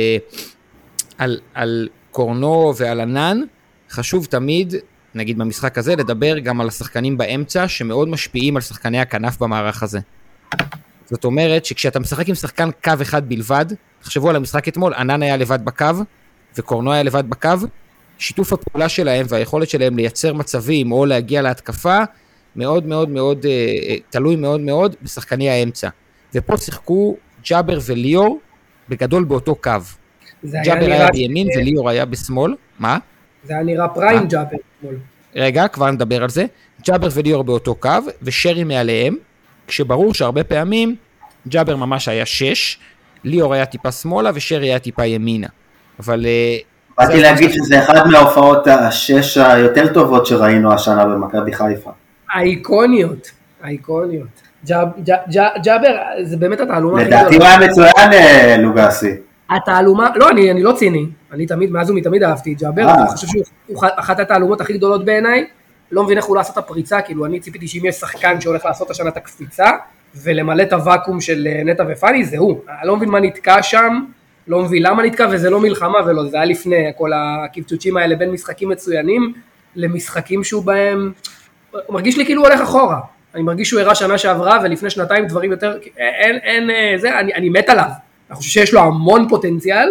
על קורנו ועל ענן, חשוב תמיד, נגיד במשחק הזה, לדבר גם על השחקנים באמצע, שמאוד משפיעים על שחקני הכנף במערך הזה. זאת אומרת שכשאתה משחק עם שחקן קו אחד בלבד, תחשבו על המשחק אתמול, ענן היה לבד בקו, וקורנו היה לבד בקו, שיתוף הפעולה שלהם והיכולת שלהם לייצר מצבים או להגיע להתקפה, מאוד מאוד מאוד, תלוי מאוד מאוד בשחקני האמצע. ופה שיחקו ג'אבר וליאור בגדול באותו קו. ג'אבר היה בימין וליאור היה בשמאל. מה? זה היה נראה פריים ג'אבר. רגע, כבר נדבר על זה. ג'אבר וליאור באותו קו, ושרי מעליהם, כשברור שהרבה פעמים ג'אבר ממש היה שש, ליאור היה טיפה שמאלה ושרי היה טיפה ימינה. אבל... באתי להגיד שזה אחד מההופעות השש היותר טובות שראינו השנה במכבי חיפה. האיקוניות, האיקוניות. ג'אבר, זה באמת התעלומה. לדעתי הוא היה מצוין, לוגסי. התעלומה, לא, אני לא ציני. אני תמיד, מאז ומתמיד אהבתי את ג'אבר. אני חושב שהוא אחת התעלומות הכי גדולות בעיניי. לא מבין איך הוא לעשות את הפריצה, כאילו אני ציפיתי שאם יש שחקן שהולך לעשות השנה את הקפיצה, ולמלא את הוואקום של נטע ופני, זה הוא. אני לא מבין מה נתקע שם, לא מבין למה נתקע, וזה לא מלחמה ולא, זה היה לפני כל הקפצוצ'ים האלה, בין משחקים מצוינים, למשחקים שהוא בהם, הוא מרגיש לי כאילו הוא הולך אחורה. אני מרגיש שהוא הראה שנה שעברה, ולפני שנתיים דברים יותר, אין, אין, זה, אני, אני מת עליו. אני חושב שיש לו המון פוטנציאל,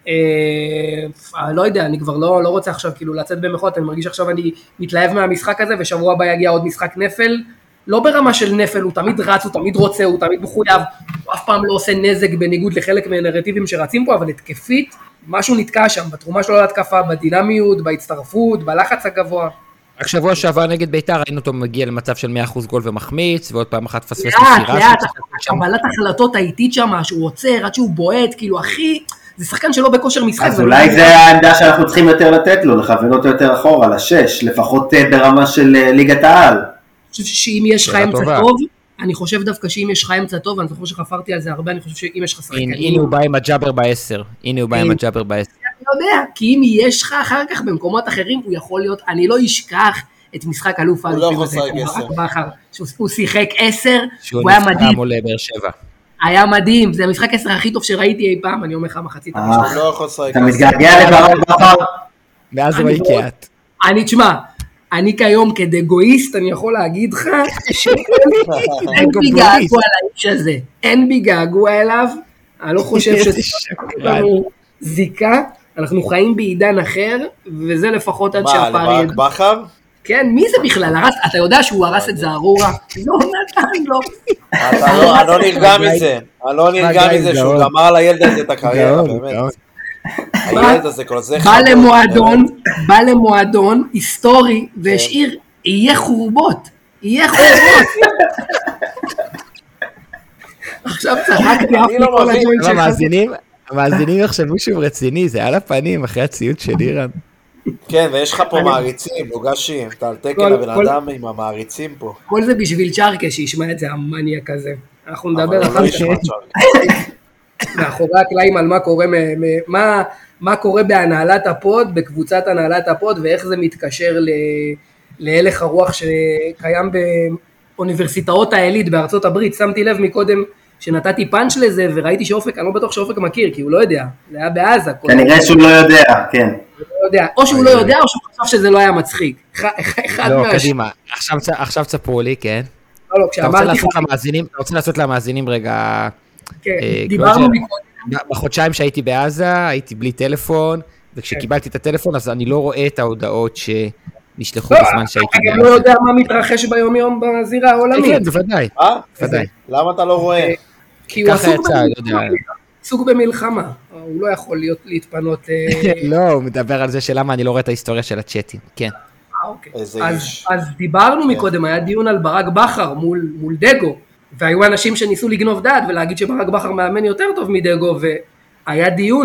לא יודע, אני כבר לא, לא רוצה עכשיו כאילו לצאת במחות, אני מרגיש עכשיו אני מתלהב מהמשחק הזה, ושבוע הבא יגיע עוד משחק נפל, לא ברמה של נפל, הוא תמיד רץ, הוא תמיד רוצה, הוא תמיד מחויב, הוא אף פעם לא עושה נזק בניגוד לחלק מהנרטיבים שרצים פה, אבל התקפית, משהו נתקע שם, בתרומה שלו להתקפה, בדינמיות, בהצטרפות, בלחץ הגבוה. רק שבוע שעבר נגד בית"ר, ראינו אותו מגיע למצב של מאה אחוז גול ומחמיץ, ועוד פעם אחת פספס מסירה. לאט, לאט, קבלת החלטות האיטית שם, שהוא עוצר, עד שהוא בועט, כאילו הכי... זה שחקן שלא בכושר משחק. אז אולי זה העמדה שאנחנו צריכים יותר לתת לו, לכוון אותו יותר אחורה, לשש, לפחות ברמה של ליגת העל. אני חושב שאם יש לך אמצע טוב, אני חושב דווקא שאם יש לך אמצע טוב, אני חושב שחפרתי על זה הרבה, אני חושב שאם יש לך שחקנים... הנה הוא בא עם הג'אבר בעשר, הנה הוא בא עם הג'אבר בעשר. אני יודע, כי אם יש לך אחר כך במקומות אחרים, הוא יכול להיות, אני לא אשכח את משחק אלוף האלופים הזה, הוא שיחק עשר, הוא היה מדהים. שהוא נפגע באר שבע. היה מדהים, זה המשחק עשר הכי טוב שראיתי אי פעם, אני אומר לך מחצית המשחק. אתה מתגעגע לברון בכר? מאז הוא הגיע. אני, תשמע, אני כיום כדגואיסט, אני יכול להגיד לך, שאין בי געגוע לאיש הזה, אין בי געגוע אליו, אני לא חושב שזה לנו זיקה, אנחנו חיים בעידן אחר, וזה לפחות עד שהפער... מה, לברק בכר? כן, מי זה בכלל? אתה יודע שהוא הרס את זערורה? לא נתן לו. אתה לא נרגע מזה, אני לא נרגע מזה שהוא גמר לילד הזה את הקריירה, באמת. הילד הזה כל זה... בא למועדון, בא למועדון היסטורי, והשאיר, יהיה חורבות, יהיה חורבות. עכשיו צחקתי אף מכל הג'וינט שלך. המאזינים, המאזינים יחשבו שהוא רציני, זה על הפנים אחרי הציוד של אירן. כן, ויש לך פה מעריצים, לוגשי, אתה על תקן הבן אדם עם המעריצים פה. כל זה בשביל צ'רקה, שישמע את זה המניאק הזה. אנחנו נדבר אחר כך. מאחורי הקלעים על מה קורה, מה, מה קורה בהנהלת הפוד, בקבוצת הנהלת הפוד, ואיך זה מתקשר ל, להלך הרוח שקיים באוניברסיטאות העילית בארצות הברית. שמתי לב מקודם שנתתי פאנץ' לזה, וראיתי שאופק, אני לא בטוח שאופק מכיר, כי הוא לא יודע, זה היה בעזה. כנראה שהוא לא יודע, כן. לא יודע. או שהוא לא יודע, או שהוא חשב שזה לא היה מצחיק. אחד לא, מהש... קדימה, עכשיו, עכשיו צפרו לי, כן. לא, לא, כשאמרתי... אתה רוצה לעשות למאזינים, אתה רוצה לעשות למאזינים רגע... כן, דיברנו מקודם. בחודשיים שהייתי בעזה, הייתי בלי טלפון, וכשקיבלתי את הטלפון, אז אני לא רואה את ההודעות שנשלחו בזמן שהייתי בעזה. אתה גם לא יודע מה מתרחש ביום יום בזירה העולמית. כן, בוודאי. אה? למה אתה לא רואה? כי הוא עסוק במלחמה, הוא לא יכול להתפנות... לא, הוא מדבר על זה שלמה אני לא רואה את ההיסטוריה של הצ'אטים, כן. אז דיברנו מקודם, היה דיון על ברק בכר מול דגו, והיו אנשים שניסו לגנוב דעת ולהגיד שברק בכר מאמן יותר טוב מדגו, והיה דיון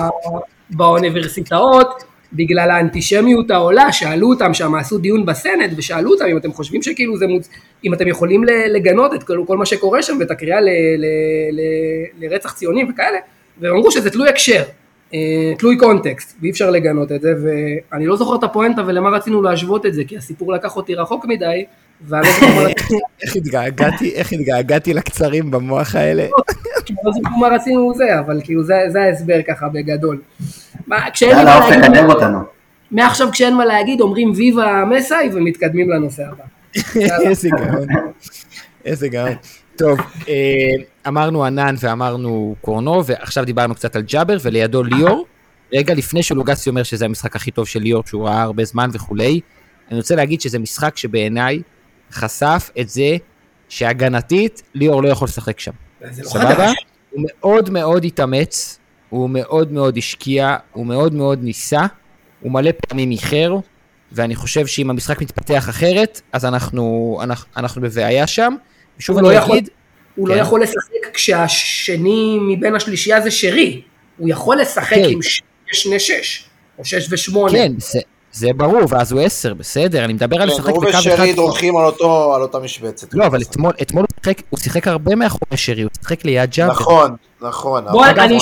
באוניברסיטאות בגלל האנטישמיות העולה, שאלו אותם שם, עשו דיון בסנט ושאלו אותם אם אתם חושבים שכאילו זה מוצ... אם אתם יכולים לגנות את כל מה שקורה שם ואת הקריאה ל... ל... ל... לרצח ציונים וכאלה, והם אמרו שזה תלוי הקשר, תלוי קונטקסט, ואי אפשר לגנות את זה, ואני לא זוכר את הפואנטה ולמה רצינו להשוות את זה, כי הסיפור לקח אותי רחוק מדי, ואני לא זוכר... איך התגעגעתי, איך התגעגעתי לקצרים במוח האלה? לא זוכר מה רצינו זה, אבל כאילו זה ההסבר ככה בגדול. יאללה, אופק, קדם אותנו. מעכשיו כשאין מה להגיד, אומרים ויבה מסאי ומתקדמים לנושא הבא. איזה גאון, איזה גאון. טוב, אמרנו ענן ואמרנו קורנו, ועכשיו דיברנו קצת על ג'אבר, ולידו ליאור. רגע לפני שלוגסי אומר שזה המשחק הכי טוב של ליאור, שהוא ראה הרבה זמן וכולי, אני רוצה להגיד שזה משחק שבעיניי חשף את זה שהגנתית ליאור לא יכול לשחק שם. סבבה? הוא מאוד מאוד התאמץ, הוא מאוד מאוד השקיע, הוא מאוד מאוד ניסה, הוא מלא פעמים איחר, ואני חושב שאם המשחק מתפתח אחרת, אז אנחנו, אנחנו, אנחנו בבעיה שם. ושוב אני אגיד... הוא לא יכול לשחק כשהשני מבין השלישייה זה שרי. הוא יכול לשחק עם שני שש, או שש ושמונה. כן, זה ברור, ואז הוא עשר, בסדר, אני מדבר על לשחק בקו אחד. הוא ושרי דורכים על אותה משבצת. לא, אבל אתמול הוא שיחק הרבה מאחורי שרי, הוא שיחק ליד ג'אבר. נכון, נכון. בוא, אני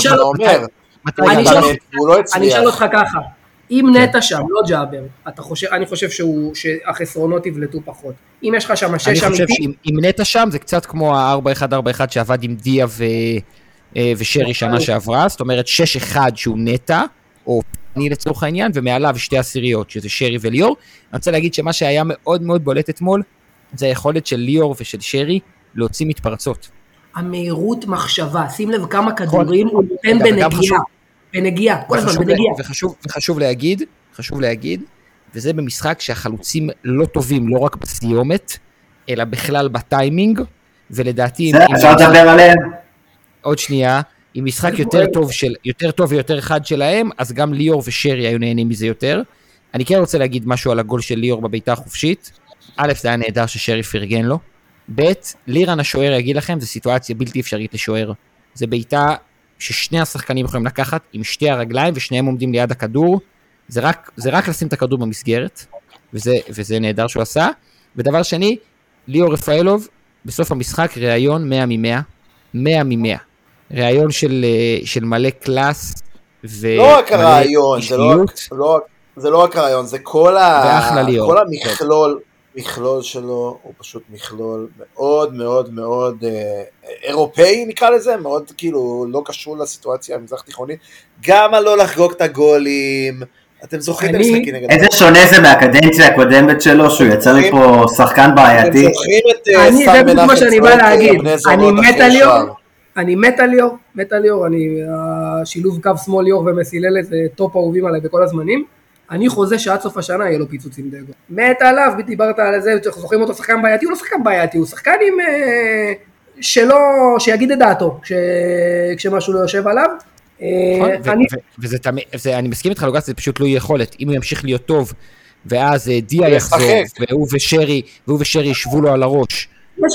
אשאל אותך ככה. אם נטע שם, לא ג'אבר, אני חושב שהחסרונות יבלטו פחות. אם יש לך שם שש אמיתי... אני חושב שאם נטע שם, זה קצת כמו ה-ארבע אחד ארבע אחד שעבד עם דיה ושרי שנה שעברה, זאת אומרת שש אחד שהוא נטע, או אני לצורך העניין, ומעליו שתי עשיריות, שזה שרי וליאור. אני רוצה להגיד שמה שהיה מאוד מאוד בולט אתמול, זה היכולת של ליאור ושל שרי להוציא מתפרצות. המהירות מחשבה, שים לב כמה כדורים הוא נותן בנגיעה. בנגיעה, כל הזמן בנגיעה. וחשוב, וחשוב להגיד, חשוב להגיד, וזה במשחק שהחלוצים לא טובים, לא רק בסיומת, אלא בכלל בטיימינג, ולדעתי... זה, אפשר לדבר עליהם. עוד שנייה, עם משחק יותר טוב, של, יותר טוב ויותר חד שלהם, אז גם ליאור ושרי היו נהנים מזה יותר. אני כן רוצה להגיד משהו על הגול של ליאור בביתה החופשית. א', זה היה נהדר ששרי פרגן לו. ב', לירן השוער יגיד לכם, זו סיטואציה בלתי אפשרית לשוער. זה ביתה ששני השחקנים יכולים לקחת עם שתי הרגליים, ושניהם עומדים ליד הכדור. זה רק, זה רק לשים את הכדור במסגרת, וזה, וזה נהדר שהוא עשה. ודבר שני, ליאור רפאלוב, בסוף המשחק, ראיון מאה ממאה, מאה ממאה. ראיון של, של מלא קלאס, לא רק הרעיון, זה לא, לא, זה לא רק הרעיון, זה כל, ה, כל המכלול, מכלול שלו, הוא פשוט מכלול מאוד מאוד מאוד אה, אירופאי נקרא לזה, מאוד כאילו לא קשור לסיטואציה המזרח תיכונית, גם על לא לחגוג את הגולים, אתם זוכרים את המשחקים נגד... איזה שונה זה מהקדנציה הקודמת שלו, שהוא יצא מפה שחקן בעייתי. אתם זוכרים את סתם מנחם מה שאני בא להגיד, אני מת על ליאור, אני מת על ליאור, מת על ליאור, אני, השילוב קו שמאל ליאור ומסיללה זה טופ אהובים עליי בכל הזמנים, אני חוזה שעד סוף השנה יהיה לו פיצוץ עם דגו. מת עליו, דיברת על זה, זוכרים אותו שחקן בעייתי, הוא לא שחקן בעייתי, הוא שחקן עם... שלא, שיגיד את דעתו, כשמשהו לא יושב עליו. אני מסכים איתך לוגס, זה פשוט לא יכולת, אם הוא ימשיך להיות טוב, ואז דיה יחזור, והוא ושרי, והוא ושרי ישבו לו על הראש,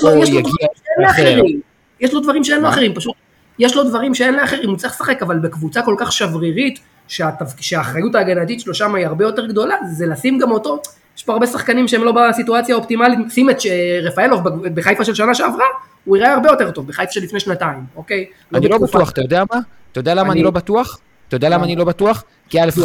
יש לו דברים שאין לאחרים, פשוט, יש לו דברים שאין לאחרים, הוא צריך לשחק, אבל בקבוצה כל כך שברירית, שהאחריות ההגנתית שלו שם היא הרבה יותר גדולה, זה לשים גם אותו, יש פה הרבה שחקנים שהם לא בסיטואציה האופטימלית, שים את רפאלוב בחיפה של שנה שעברה, הוא יראה הרבה יותר טוב, בחיפה של לפני שנתיים, אוקיי? אני לא בטוח, אתה יודע מה? אתה יודע למה אני לא בטוח? אתה יודע למה אני לא בטוח? כי א'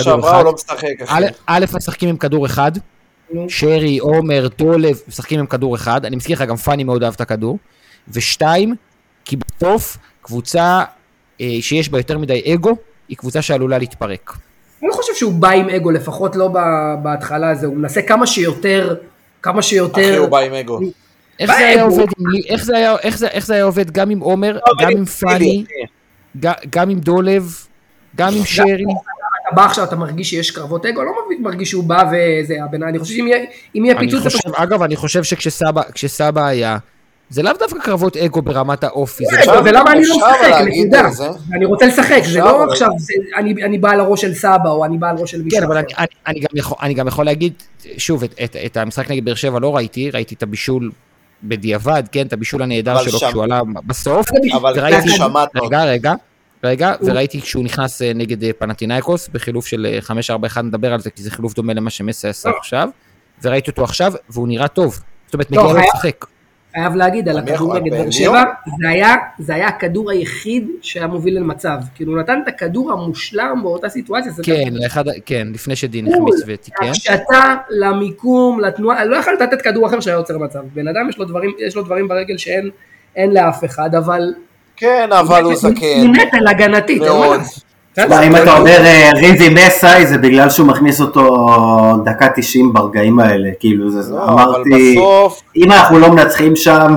א' משחקים עם כדור אחד, שרי, עומר, דולב, משחקים עם כדור אחד, אני מזכיר לך גם פאני מאוד אהב את הכדור, ושתיים, כי בסוף קבוצה שיש בה יותר מדי אגו, היא קבוצה שעלולה להתפרק. אני לא חושב שהוא בא עם אגו, לפחות לא בהתחלה הזה, הוא מנסה כמה שיותר, כמה שיותר... אחי הוא בא עם אגו. איך זה היה עובד, איך זה היה עובד גם עם עומר, גם עם פאני, גם עם דולב, גם עם שרי? אתה בא עכשיו, אתה מרגיש שיש קרבות אגו, לא מרגיש שהוא בא וזה, אני חושב שאם יהיה פיצוץ... אגב, אני חושב שכשסבא היה, זה לאו דווקא קרבות אגו ברמת האופי. ולמה אני לא משחק, נקודה. אני רוצה לשחק, זה לא עכשיו, אני בא על הראש של סבא, או אני בא על ראש של מישהו. כן, אבל אני גם יכול להגיד, שוב, את המשחק נגד באר שבע לא ראיתי, ראיתי את הבישול בדיעבד, כן, את הבישול הנהדר שלו כשהוא עלה בסוף. אבל שמעת. רגע, רגע, רגע, וראיתי כשהוא נכנס נגד פנתינייקוס, בחילוף של חמש ארבע אחת, נדבר על זה, כי זה חילוף דומה למה שמסי עשה עכשיו, וראיתי אותו עכשיו, והוא נראה טוב. זאת אומרת, מגיע לו לשחק. חייב להגיד, על הכדור נגד באר שבע, זה היה הכדור היחיד שהיה מוביל למצב. כאילו, הוא נתן את הכדור המושלם באותה סיטואציה. כן, לפני שדין החמיץ ותיקן. הקשתה למיקום, לתנועה, לא יכול לתת כדור אחר שהיה יוצר מצב. בן אדם יש לו דברים ברגל שאין לאף אחד, אבל... כן, אבל הוא זקן. היא נטל הגנתית. אם אתה אומר ריבי מסאי, זה בגלל שהוא מכניס אותו דקה תשעים ברגעים האלה, כאילו, אמרתי, אם אנחנו לא מנצחים שם,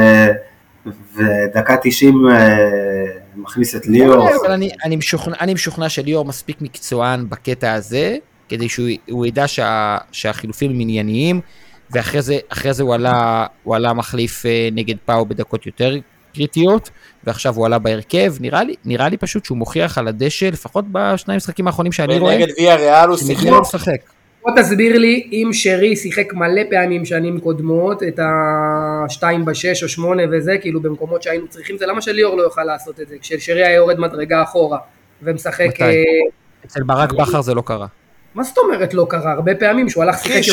ודקה תשעים מכניס את ליאור. אני משוכנע שליאור מספיק מקצוען בקטע הזה, כדי שהוא ידע שהחילופים הם ענייניים, ואחרי זה הוא עלה מחליף נגד פאו בדקות יותר קריטיות, ועכשיו הוא עלה בהרכב, נראה לי, נראה לי פשוט שהוא מוכיח על הדשא, לפחות בשני המשחקים האחרונים שאני רואה. ונגד ויה ריאל הוא שיחק. בוא תסביר לי, אם שרי שיחק מלא פעמים שנים קודמות, את ה-שתיים בשש או שמונה וזה, כאילו במקומות שהיינו צריכים, זה למה שליאור לא יוכל לעשות את זה, כששרי היה יורד מדרגה אחורה, ומשחק... מתי? אצל ברק בחר זה לא קרה. מה זאת אומרת לא קרה? הרבה פעמים שהוא הלך שיחק...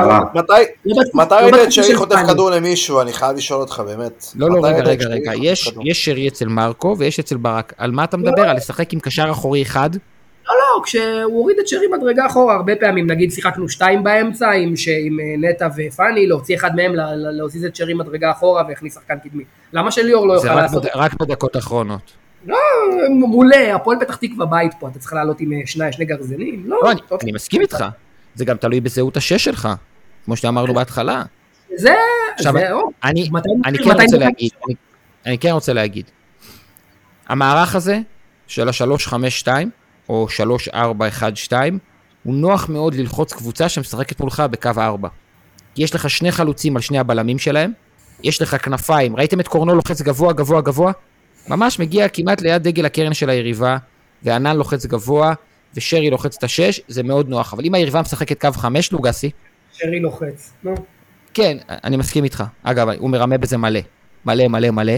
מתי ראית את שרי חוטף כדור למישהו? אני חייב לשאול אותך באמת. לא, לא, רגע, רגע, רגע. יש שרי אצל מרקו ויש אצל ברק. על מה אתה מדבר? על לשחק עם קשר אחורי אחד? לא, לא, כשהוא הוריד את שרי מדרגה אחורה, הרבה פעמים, נגיד שיחקנו שתיים באמצע עם נטע ופני, להוציא אחד מהם, להוציא את שרי מדרגה אחורה והכניס שחקן קדמי. למה שליאור לא יוכל לעשות? זה רק בדקות האחרונות. לא, מולה, הפועל פתח תקווה בית פה, אתה צריך לעלות עם שני, שני גרזנים, לא. לא, אני, אני מסכים איתך, זה גם תלוי בזהות השש שלך, כמו שאמרנו בהתחלה. זה, עכשיו, זה, אני, אני כן רוצה להגיד, אני, אני כן רוצה להגיד, המערך הזה, של ה-שלוש חמש שתיים, או שלוש ארבע אחת שתיים, הוא נוח מאוד ללחוץ קבוצה שמשחקת מולך בקו ארבע. כי יש לך שני חלוצים על שני הבלמים שלהם, יש לך כנפיים, ראיתם את קורנו לוחץ גבוה, גבוה, גבוה? ממש מגיע כמעט ליד דגל הקרן של היריבה, וענן לוחץ גבוה, ושרי לוחץ את השש, זה מאוד נוח. אבל אם היריבה משחקת קו חמש, לוגסי? שרי לוחץ, נו. כן, אני מסכים איתך. אגב, הוא מרמה בזה מלא. מלא, מלא, מלא.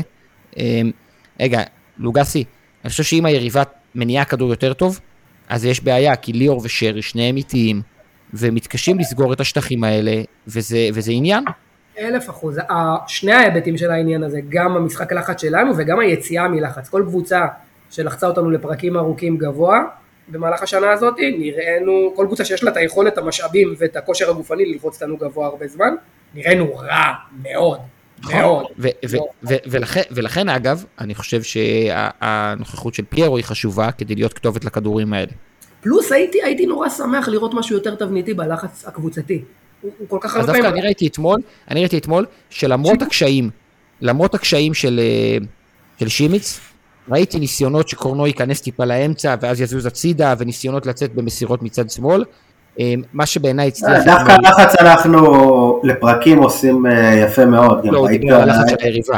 רגע, לוגסי, אני חושב שאם היריבה מניעה כדור יותר טוב, אז יש בעיה, כי ליאור ושרי, שניהם איטיים, ומתקשים לסגור את השטחים האלה, וזה, וזה עניין. אלף אחוז, שני ההיבטים של העניין הזה, גם המשחק הלחץ שלנו וגם היציאה מלחץ, כל קבוצה שלחצה אותנו לפרקים ארוכים גבוה, במהלך השנה הזאת נראינו, כל קבוצה שיש לה את היכולת, המשאבים ואת הכושר הגופני ללחוץ אותנו גבוה הרבה זמן, נראינו רע מאוד, מאוד. ולכן אגב, אני חושב שהנוכחות של פיירו היא חשובה כדי להיות כתובת לכדורים האלה. פלוס הייתי, הייתי נורא שמח לראות משהו יותר תבניתי בלחץ הקבוצתי. הוא, הוא כל כך אז דווקא אני ראיתי אתמול, אני ראיתי אתמול, שלמרות הקשיים, למרות הקשיים של, של שימיץ, ראיתי ניסיונות שקורנו ייכנס טיפה לאמצע, ואז יזוז הצידה, וניסיונות לצאת במסירות מצד שמאל, מה שבעיניי הצליח... דווקא לחץ אנחנו לפרקים עושים יפה מאוד. לא, הוא דיבר על לחץ של היריבה.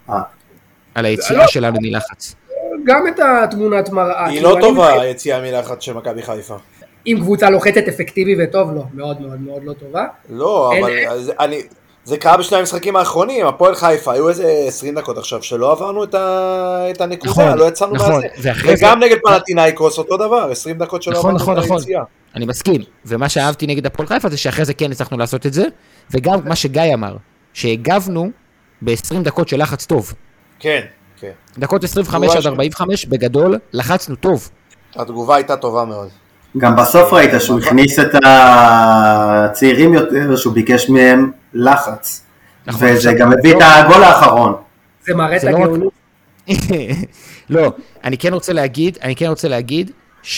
על היציאה שלנו מלחץ. גם את התמונת מראה. היא לא טובה, היציאה מלחץ של מכבי חיפה. אם קבוצה לוחצת אפקטיבי וטוב, לא. מאוד מאוד מאוד לא טובה. לא, אבל אני... זה קרה בשני המשחקים האחרונים, הפועל חיפה, היו איזה עשרים דקות עכשיו, שלא עברנו את הנקודה, לא יצאנו מהזה. וגם נגד פנתינייקוס אותו דבר, עשרים דקות שלא עברנו את היציאה. אני מסכים, ומה שאהבתי נגד הפועל חיפה זה שאחרי זה כן הצלחנו לעשות את זה, וגם מה שגיא אמר, שהגבנו ב-עשרים דקות של לחץ טוב. כן, כן. דקות עשרים וחמש עד ארבעים וחמש, בגדול, לחצנו טוב. התגובה הייתה טובה מאוד. גם בסוף ראית שהוא הכניס את הצעירים יותר, שהוא ביקש מהם לחץ. וזה גם הביא את הגול האחרון. זה מראה את הגאונות. לא, אני כן רוצה להגיד, אני כן רוצה להגיד,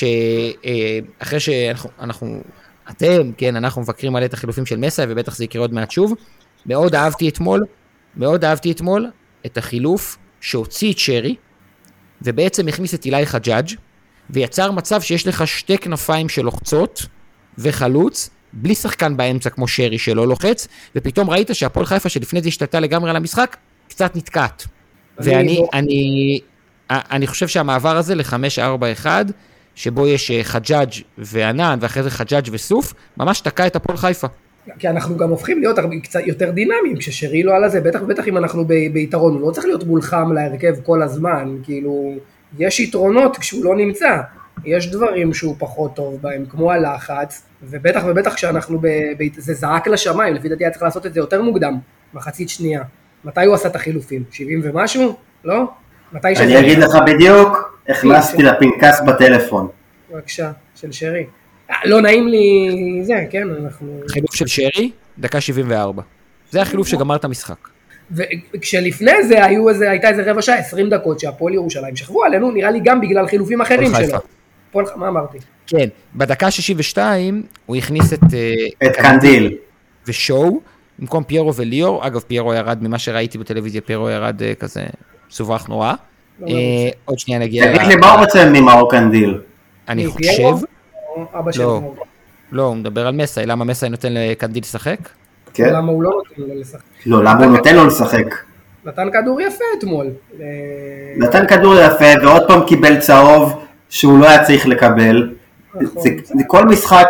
שאחרי שאנחנו, אתם, כן, אנחנו מבקרים על את החילופים של מסי, ובטח זה יקרה עוד מעט שוב, מאוד אהבתי אתמול, מאוד אהבתי אתמול, את החילוף שהוציא את שרי, ובעצם הכניס את אילי חג'אג', ויצר מצב שיש לך שתי כנפיים של לוחצות, וחלוץ, בלי שחקן באמצע כמו שרי שלא לוחץ, ופתאום ראית שהפועל חיפה שלפני זה השתלטה לגמרי על המשחק, קצת נתקעת. ואני, אני, אני חושב שהמעבר הזה ל-חמש ארבע אחת, שבו יש חג'אג' וענן, ואחרי זה חג'אג' וסוף, ממש תקע את הפועל חיפה. כי אנחנו גם הופכים להיות קצת יותר דינמיים, כששרי לא על הזה, בטח ובטח אם אנחנו ביתרון, הוא לא צריך להיות מולחם להרכב כל הזמן, כאילו, יש יתרונות כשהוא לא נמצא, יש דברים שהוא פחות טוב בהם, כמו הלחץ, ובטח ובטח כשאנחנו, ב, ב, זה זעק לשמיים, לפי דעתי היה צריך לעשות את זה יותר מוקדם, מחצית שנייה. מתי הוא עשה את החילופים? שבעים ומשהו? לא? מתי שזה... אני אגיד לך בדיוק, הכנסתי לפנקס בטלפון. בבקשה, של שרי. לא נעים לי זה, כן, אנחנו... חילוף של שרי, דקה שבעים וארבע. זה החילוף שגמר את המשחק. וכשלפני זה היו איזה, הייתה איזה רבע שעה, עשרים דקות שהפועל ירושלים שכבו עלינו, נראה לי גם בגלל חילופים אחרים שלו. פועל, מה אמרתי? כן, בדקה שישים ושתיים הוא הכניס את... את קנדיל. ושואו, במקום פיירו וליאור, אגב פיירו ירד ממה שראיתי בטלוויזיה, פיירו ירד כזה סובך נורא. עוד שנייה נגיע... תגיד לי, מה הוא רוצה ממאור קנדיל? אני חושב... אבא שלו. לא, הוא מדבר על מסי, למה מסי נותן לקנדיל לשחק? כן. למה הוא לא נותן לו לשחק? לא, למה הוא נותן לו לשחק? נתן כדור יפה אתמול. נתן כדור יפה, ועוד פעם קיבל צהוב שהוא לא היה צריך לקבל. כל משחק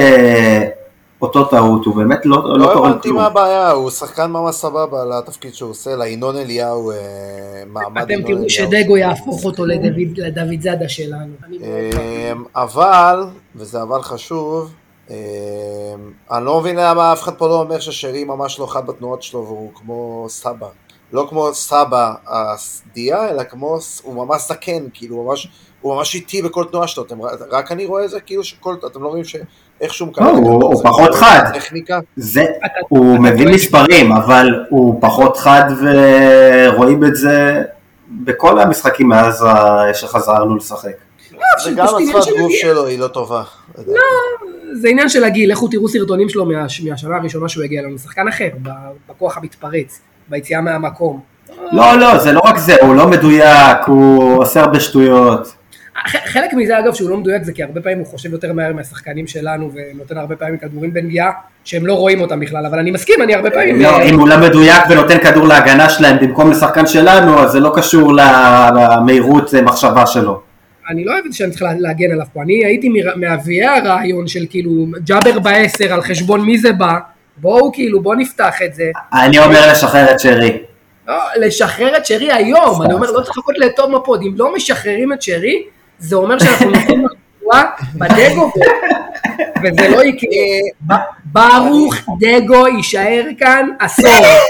אותו טעות, הוא באמת לא תורם כלום. לא הבנתי מה הבעיה, הוא שחקן ממש סבבה לתפקיד שהוא עושה, לינון אליהו, מעמד אתם תראו שדגו יהפוך אותו לדוד זאדה שלנו. אבל, וזה אבל חשוב, אני לא מבין למה אף אחד פה לא אומר ששרי ממש לא חד בתנועות שלו, והוא כמו סבא. לא כמו סבא הסדיה, אלא כמו, הוא ממש סכן, כאילו ממש, הוא ממש איטי בכל תנועה שלו, רק אני רואה את זה כאילו שכל, אתם לא רואים שאיכשהו מקבל, הוא פחות חד, הוא מבין מספרים, אבל הוא פחות חד ורואים את זה בכל המשחקים מאז שחזרנו לשחק. וגם הצפת גוף שלו היא לא טובה. לא, זה עניין של הגיל, לכו תראו סרטונים שלו מהשנה הראשונה שהוא הגיע לנו, שחקן אחר, בכוח המתפרץ, ביציאה מהמקום. לא, לא, זה לא רק זה, הוא לא מדויק, הוא עושה הרבה שטויות. חלק מזה אגב שהוא לא מדויק זה כי הרבה פעמים הוא חושב יותר מהר מהשחקנים שלנו ונותן הרבה פעמים כדורים בנגיעה שהם לא רואים אותם בכלל, אבל אני מסכים, אני הרבה פעמים... לא, אם הוא לא מדויק ונותן כדור להגנה שלהם במקום לשחקן שלנו, אז זה לא קשור למהירות מחשבה שלו. אני לא אוהבת שאני צריך להגן עליו פה, אני הייתי מאביי הרעיון של כאילו ג'אבר בעשר על חשבון מי זה בא, בואו כאילו בואו נפתח את זה. אני אומר לשחרר את שרי. לא, לשחרר את שרי היום, אני אומר לא צריך לחכות לטוב מפוד, אם לא משחררים את שרי, זה אומר שאנחנו נותנים לתנועה בדגו, וזה לא יקרה, ברוך דגו יישאר כאן עשור.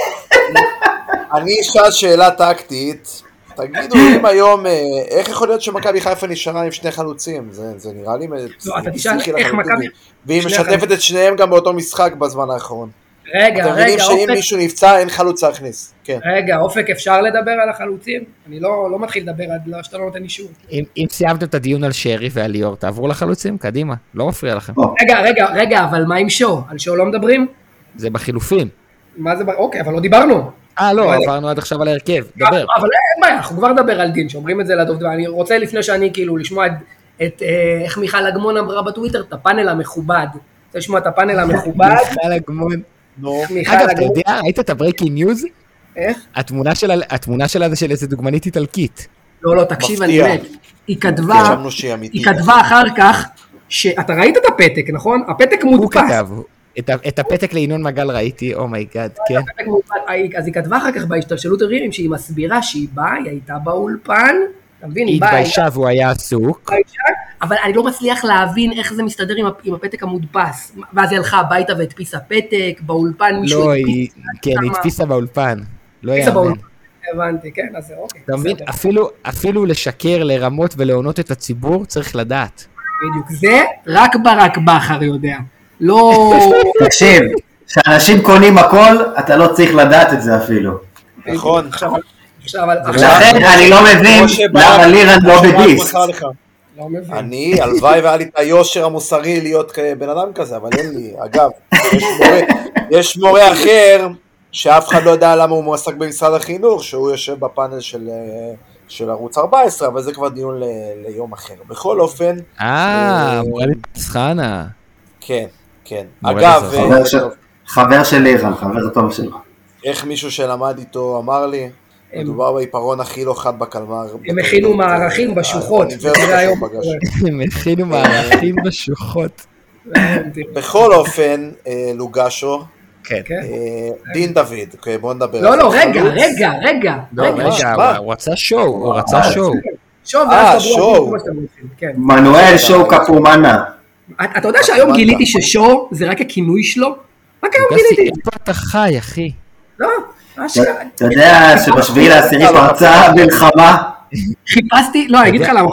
אני אשאל שאלה טקטית, תגידו אם היום, איך יכול להיות שמכבי חיפה נשארה עם שני חלוצים? זה נראה לי... לא, אתה תשאל איך מכבי... והיא משתפת את שניהם גם באותו משחק בזמן האחרון. רגע, רגע, אתם מבינים שאם מישהו נפצע, אין חלוץ להכניס. כן. רגע, אופק, אפשר לדבר על החלוצים? אני לא, לא מתחיל לדבר עד לא, שאתה לא נותן אישור. אם, אם סיימתם את הדיון על שרי ועל ליאור, תעברו לחלוצים, קדימה, לא מפריע לכם. רגע, רגע, רגע, אבל מה עם שו? על שו לא מדברים? זה בחילופים. מה זה, אוקיי, אבל לא דיברנו. אה, לא, עברנו עד עכשיו על ההרכב, דבר. אבל אין בעיה, אנחנו כבר נדבר על דין, שאומרים את זה לדוב, אני רוצה לפני שאני כאילו לשמוע את, את איך מיכל אגמון אמרה בטוויטר, את הפאנל המכובד. רוצה לשמוע את הפאנל המכובד? מיכל אגמון. אגב, אתה יודע, ראית את הברייקינג ניוז? איך? התמונה שלה זה של איזה דוגמנית איטלקית. לא, לא, תקשיב, אני מת. היא כתבה, היא כתבה אחר כך, שאתה ראית את הפתק, נכון? הפתק מודפס. הוא כתב, את הפתק לינון מגל ראיתי, אומייגאד, כן. אז היא כתבה אחר כך בהשתלשלות הרירים, שהיא מסבירה שהיא באה, היא הייתה באולפן, אתה מבין? היא התביישה והוא היה עסוק. אבל אני לא מצליח להבין איך זה מסתדר עם הפתק המודפס. ואז היא הלכה הביתה והדפיסה פתק, באולפן מישהו לא, היא, כן, היא הדפיסה באולפן. לא יאמן. הבנתי, כן, אז זה אוקיי. אתה מבין, אפילו לשקר, לרמות ולעונות את הציבור, צריך לדעת. בדיוק, זה רק ברק בכר יודע. לא... תקשיב, כשאנשים קונים הכל, אתה לא צריך לדעת את זה אפילו. נכון. לכן אני לא מבין למה לירן לא בדיסק. אני, הלוואי והיה לי את היושר המוסרי להיות בן אדם כזה, אבל אין לי. אגב, יש מורה אחר שאף אחד לא יודע למה הוא מועסק במשרד החינוך, שהוא יושב בפאנל של ערוץ ארבע עשרה, אבל זה כבר דיון ליום אחר. בכל אופן... אה, מורה לצחנה. כן, כן. אגב... חבר של לירן, חבר טוב שלו. איך מישהו שלמד איתו אמר לי, מדובר בעיפרון הכי לא חד בקלמר. הם הכינו מערכים בשוחות. הם הכינו מערכים בשוחות. בכל אופן, לוגשו, דין דוד, בוא נדבר. לא, לא, רגע, רגע, רגע. הוא רצה שואו, הוא רצה שואו. אה, שואו. מנואל שואו קפומנה. אתה יודע שהיום גיליתי ששואו זה רק הכינוי שלו? מה כיום גיליתי? איפה אתה חי, אחי? לא. אתה יודע שבשביעי לעשירי פרצה מלחמה? חיפשתי, לא, אני אגיד לך למה,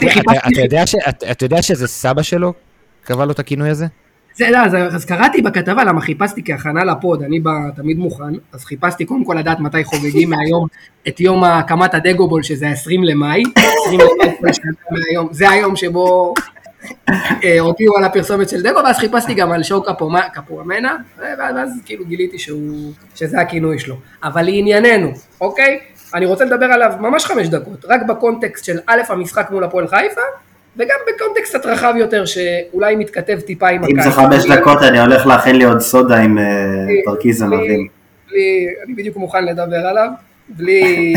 אתה יודע שזה סבא שלו? קבע לו את הכינוי הזה? אז קראתי בכתבה למה חיפשתי כהכנה לפוד, אני תמיד מוכן, אז חיפשתי קודם כל לדעת מתי חוגגים מהיום את יום הקמת הדגובול, שזה ה-עשרים למאי, זה היום שבו הודיעו על הפרסומת של דגו, ואז חיפשתי גם על שואו קפומנה, ואז כאילו גיליתי שזה הכינוי שלו. אבל לענייננו, אוקיי? אני רוצה לדבר עליו ממש חמש דקות, רק בקונטקסט של א' המשחק מול הפועל חיפה, וגם בקונטקסט קצת רחב יותר, שאולי מתכתב טיפה עם אם זה חמש דקות, אני הולך להכין לי עוד סודה עם תרכיז ענבים. אני בדיוק מוכן לדבר עליו, בלי...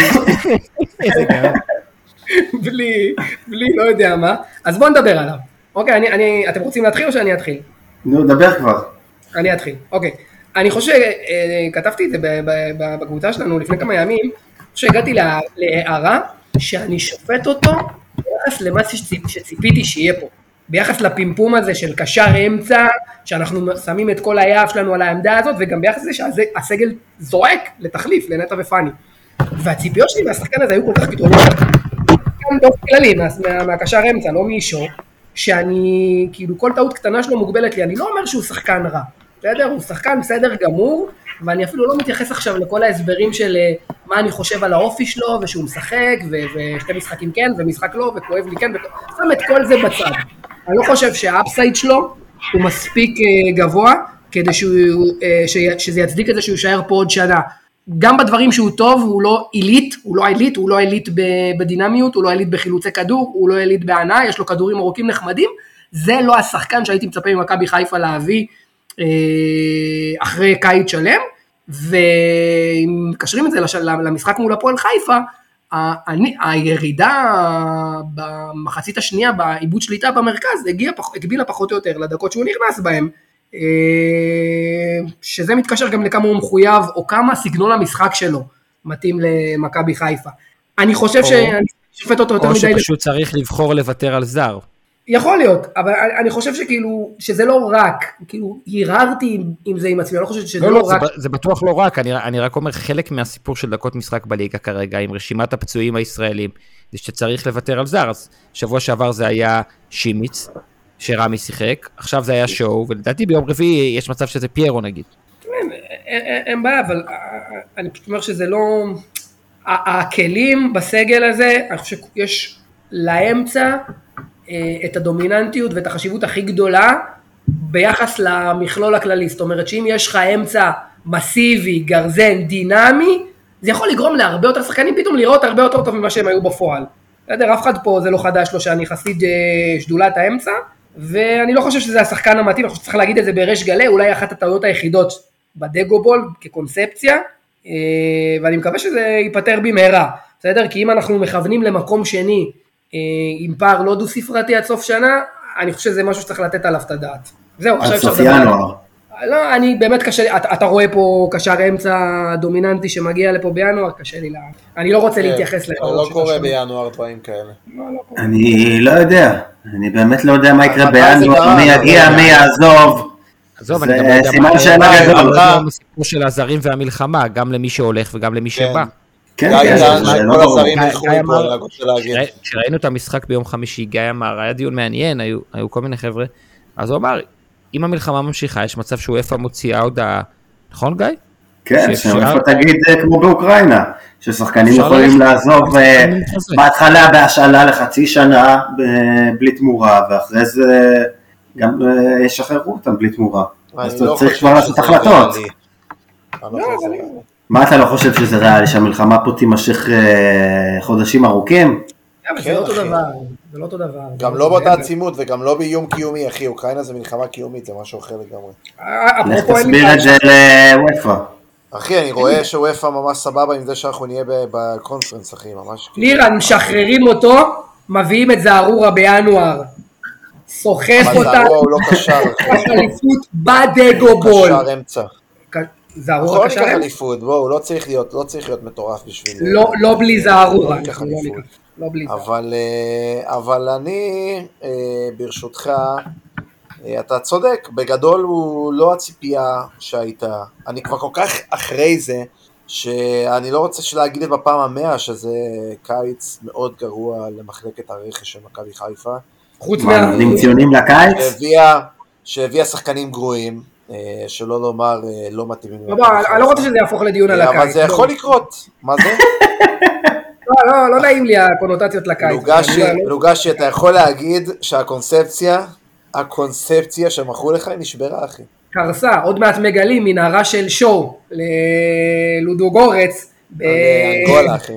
בלי, בלי, לא יודע מה. אז בואו נדבר עליו. אוקיי, אני, אני, אתם רוצים להתחיל או שאני אתחיל? נו, דבר כבר. אני אתחיל, אוקיי. אני חושב, כתבתי את זה בקבוצה שלנו לפני כמה ימים, שהגעתי להערה שאני שופט אותו ביחס למה שציפיתי שיהיה פה. ביחס לפימפום הזה של קשר אמצע, שאנחנו שמים את כל היעב שלנו על העמדה הזאת, וגם ביחס לזה שהסגל זועק לתחליף, לנטע ופני. והציפיות שלי מהשחקן הזה היו כל כך גדולות, גם באופן כללי, מהקשר אמצע, לא מאישו, שאני, כאילו, כל טעות קטנה שלו מוגבלת לי, אני לא אומר שהוא שחקן רע, בסדר? הוא שחקן בסדר גמור, ואני אפילו לא מתייחס עכשיו לכל ההסברים של מה אני חושב על האופי שלו, ושהוא משחק, ושתי משחקים כן, ומשחק לא, וכואב לי כן, שם את כל זה בצד. אני לא חושב שהאפסייד שלו הוא מספיק גבוה, כדי שהוא, שזה יצדיק את זה שהוא יישאר פה עוד שנה. גם בדברים שהוא טוב, הוא לא עילית, הוא לא עילית, הוא לא עילית בדינמיות, הוא לא עילית בחילוצי כדור, הוא לא עילית בענה, יש לו כדורים ארוכים נחמדים, זה לא השחקן שהייתי מצפה ממכבי חיפה להביא אחרי קיץ שלם, ואם מקשרים את זה למשחק מול הפועל חיפה, הירידה במחצית השנייה, בעיבוד שליטה במרכז, הגבילה פחות או יותר לדקות שהוא נכנס בהם, שזה מתקשר גם לכמה הוא מחויב, או כמה סגנון המשחק שלו מתאים למכבי חיפה. אני חושב שאני שופט אותו יותר מדי... או שפשוט צריך לבחור לוותר על זר. יכול להיות, אבל אני חושב שכאילו, שזה לא רק, כאילו, הרהרתי עם זה עם עצמי, אני לא חושב שזה לא, לא רק... זה, זה בטוח לא רק, אני, אני רק אומר, חלק מהסיפור של דקות משחק בליגה כרגע, עם רשימת הפצועים הישראלים, זה שצריך לוותר על זר, אז שבוע שעבר זה היה שימיץ, שרמי שיחק, עכשיו זה היה שואו, ולדעתי ביום רביעי יש מצב שזה פיירו נגיד. אין בעיה, אבל אני פשוט אומר שזה לא... הכלים בסגל הזה, אני חושב שיש לאמצע את הדומיננטיות ואת החשיבות הכי גדולה ביחס למכלול הכללי. זאת אומרת שאם יש לך אמצע מסיבי, גרזן, דינמי, זה יכול לגרום להרבה יותר שחקנים פתאום לראות הרבה יותר טוב ממה שהם היו בפועל. בסדר, אף אחד פה זה לא חדש לו שאני חסיד שדולת האמצע, ואני לא חושב שזה השחקן המתאים, אני חושב שצריך להגיד את זה בריש גלי, אולי אחת הטעויות היחידות בדגובול כקונספציה, ואני מקווה שזה ייפטר במהרה, בסדר? כי אם אנחנו מכוונים למקום שני, עם פער לא דו ספרתי עד סוף שנה, אני חושב שזה משהו שצריך לתת עליו את הדעת. זהו, עד סוף ינואר. לא, אני באמת קשה, אתה, אתה רואה פה קשר אמצע דומיננטי שמגיע לפה בינואר, קשה לי לה... אני לא רוצה להתייחס לך. לא קורה בינואר דברים כאלה. אני לא יודע, אני באמת לא יודע מה יקרה בינואר, מי יגיע, מי יעזוב. עזוב, אני גם לא יודע מה יקרה בסיפור של הזרים והמלחמה, גם למי שהולך וגם למי שבא. כן, כן, כל הזרים ילכו פה, אני רוצה להגיד. כשראינו את המשחק ביום חמישי, גיא אמר, היה דיון מעניין, היו כל מיני חבר'ה, אז הוא אמר, אם המלחמה ממשיכה, יש מצב שהוא איפה מוציאה הודעה, נכון גיא? כן, שאיפה תגיד כמו באוקראינה, ששחקנים יכולים לעזוב בהתחלה בהשאלה לחצי שנה בלי תמורה, ואחרי זה גם ישחררו אותם בלי תמורה. אז אתה צריך כבר לעשות החלטות. מה אתה לא חושב שזה ריאלי, שהמלחמה פה תימשך חודשים ארוכים? זה לא אותו דבר, זה לא אותו דבר. גם לא באותה עצימות וגם לא באיום קיומי, אחי, אוקראינה זה מלחמה קיומית, זה משהו אחר לגמרי. לך תסביר את זה לוופא. אחי, אני רואה שוופא ממש סבבה עם זה שאנחנו נהיה בקונפרנס, אחי, ממש. לירה, משחררים אותו, מביאים את זערורה בינואר. סוחף אותה. זערורה הוא לא קשר. אליפות בדגובול. קשר אמצע. זערורה קשר אמצע. אליפות, בואו, לא צריך להיות, לא צריך להיות מטורף בשביל... לא בלי זערורה. לא בלי זה. אבל, אבל אני, ברשותך, אתה צודק, בגדול הוא לא הציפייה שהייתה. אני כבר כל כך אחרי זה, שאני לא רוצה להגיד את בפעם המאה, שזה קיץ מאוד גרוע למחלקת הרכש של מכבי חיפה. חוץ מה... נותנים ציונים לקיץ? שהביאה, שהביאה שחקנים גרועים, שלא לומר לא מתאימים. אני לא רוצה שזה יהפוך לדיון על הקיץ. אבל זה יכול לקרות, מה זה? לא, לא, לא נעים לי הקונוטציות לקיץ. לוגשי, לוגשי, אתה יכול להגיד שהקונספציה, הקונספציה שמכרו לך היא נשברה, אחי. קרסה, עוד מעט מגלים מנהרה של שואו ללודוגורץ. באנגולה, אחי.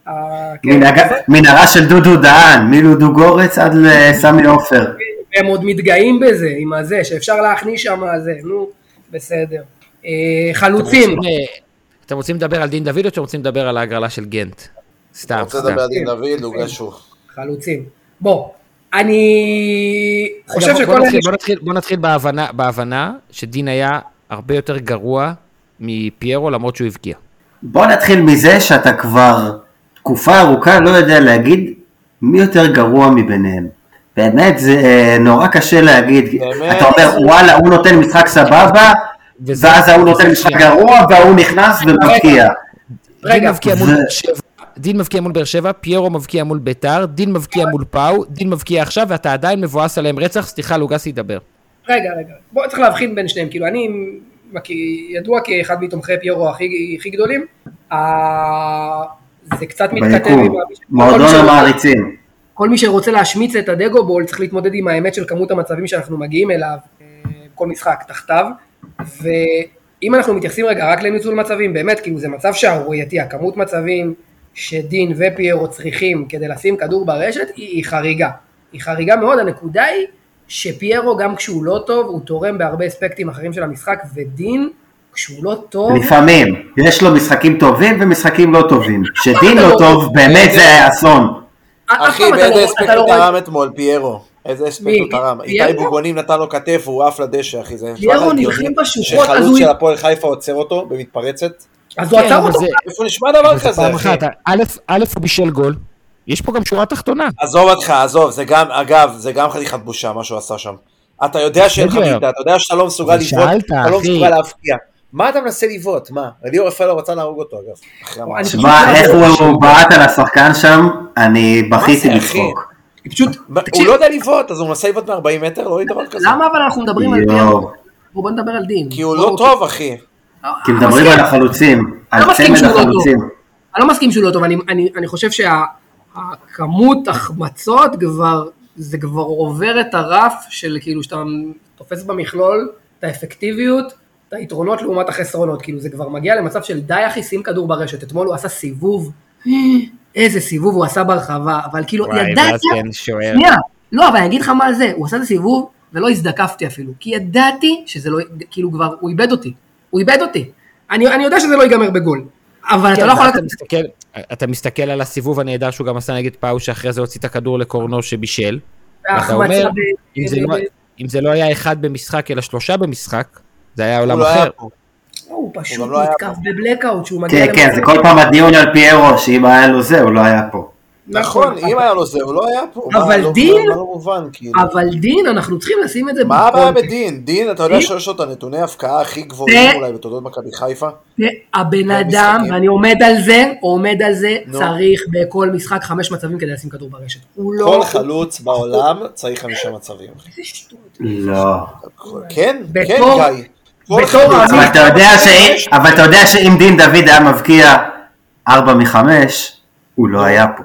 מנהרה של דודו דהן, מלודוגורץ עד לסמי עופר. הם עוד מתגאים בזה, עם הזה, שאפשר להכניס שם הזה, נו, בסדר. חלוצים. אתם רוצים לדבר על דין דוד או אתם רוצים לדבר על ההגרלה של גנט? סתם, רוצה לדבר על דין דוד, לוגשו. חלוצים. בוא, אני חושב שכל... בוא נתחיל בהבנה שדין היה הרבה יותר גרוע מפיירו למרות שהוא הבקיע. בוא נתחיל מזה שאתה כבר תקופה ארוכה לא יודע להגיד מי יותר גרוע מביניהם. באמת זה נורא קשה להגיד. אתה אומר וואלה הוא נותן משחק סבבה ואז הוא נותן משחק גרוע והוא נכנס ומבקיע. רגע, דין מבקיע מול באר שבע, פיירו מבקיע מול ביתר, דין מבקיע מול פאו, דין מבקיע עכשיו ואתה עדיין מבואס עליהם רצח, סליחה לוגסי ידבר. רגע, רגע, בוא צריך להבחין בין שניהם, כאילו אני ידוע כאחד מתומכי פיירו הכי גדולים, זה קצת מתכתב עם... מועדון המעריצים. כל מי שרוצה להשמיץ את הדגובול צריך להתמודד עם האמת של כמות המצבים שאנחנו מגיעים אליו, כל משחק תחתיו, ואם אנחנו מתייחסים רגע רק לניצול מצבים, באמת כאילו זה מצב שערורייתי, הכמות מצבים שדין ופיירו צריכים כדי לשים כדור ברשת היא, היא חריגה, היא חריגה מאוד. הנקודה היא שפיירו גם כשהוא לא טוב הוא תורם בהרבה אספקטים אחרים של המשחק, ודין כשהוא לא טוב לפעמים יש לו משחקים טובים ומשחקים לא טובים, שדין לא טוב באמת זה אסון. אחי באיזה אספקט הוא תרם אתמול פיירו, איזה אספקט הוא תרם, איתי בוגונים נתן לו כתף והוא עף לדשא אחי, זה פיירו נלחם בשוחות, שחלוץ של הפועל חיפה עוצר אותו במתפרצת, אז הוא עצר אותו, איפה נשמע דבר כזה אחי? א' הוא בישל גול, יש פה גם שורה תחתונה. עזוב אותך, עזוב, זה גם, אגב, זה גם חתיכת בושה מה שהוא עשה שם. אתה יודע שאין חביתה, אתה יודע שאתה לא מסוגל לבעוט, אתה לא מסוגל להפקיע. מה אתה מנסה לבעוט? מה? ליאור רפאלו רצה להרוג אותו אגב. שמע, איך הוא בעט על השחקן שם, אני בכיתי לצחוק. הוא לא יודע לבעוט, אז הוא מנסה לבעוט מ-ארבעים מטר, לא ידבר כזה. למה אבל אנחנו מדברים על פיירו? בוא נדבר על דין. כי הוא לא טוב אחי. כי מדברים על החלוצים, על צמד החלוצים. אני לא מסכים שהוא לא טוב, אני חושב שהכמות החמצות כבר, זה כבר עובר את הרף של כאילו שאתה תופס במכלול את האפקטיביות, את היתרונות לעומת החסרונות, כאילו זה כבר מגיע למצב של די אחי שים כדור ברשת, אתמול הוא עשה סיבוב, איזה סיבוב הוא עשה ברחבה, אבל כאילו ידעתי, שנייה, לא, אבל אני אגיד לך מה זה, הוא עשה את הסיבוב ולא הזדקפתי אפילו, כי ידעתי שזה לא, כאילו כבר, הוא איבד אותי, הוא איבד אותי, אני, אני יודע שזה לא ייגמר בגול, אבל אתה לא יכול... אתה מסתכל על הסיבוב הנהדר שהוא גם עשה נגד פאו, שאחרי זה הוציא את הכדור לקורנו שבישל, ואתה אומר, אם זה לא היה אחד במשחק, אלא שלושה במשחק, זה היה עולם אחר. הוא פשוט מתקף בבלקאוט שהוא מגיע... כן, כן, זה כל פעם הדיון על פיירו, שאם היה לו זה, הוא לא היה פה. נכון, אם היה לו זה, הוא לא היה פה. אבל דין, אבל דין, אנחנו צריכים לשים את זה... מה הבעיה בדין? דין, אתה יודע שיש לו את הנתוני ההפקעה הכי גבוהים אולי בתולדות מכבי חיפה? הבן אדם, ואני עומד על זה, עומד על זה, צריך בכל משחק חמש מצבים כדי לשים כדור ברשת. כל חלוץ בעולם צריך חמישה מצבים. לא. כן, כן, גיא. אבל אתה יודע שאם דין דוד היה מבקיע ארבע מחמש, הוא לא היה פה.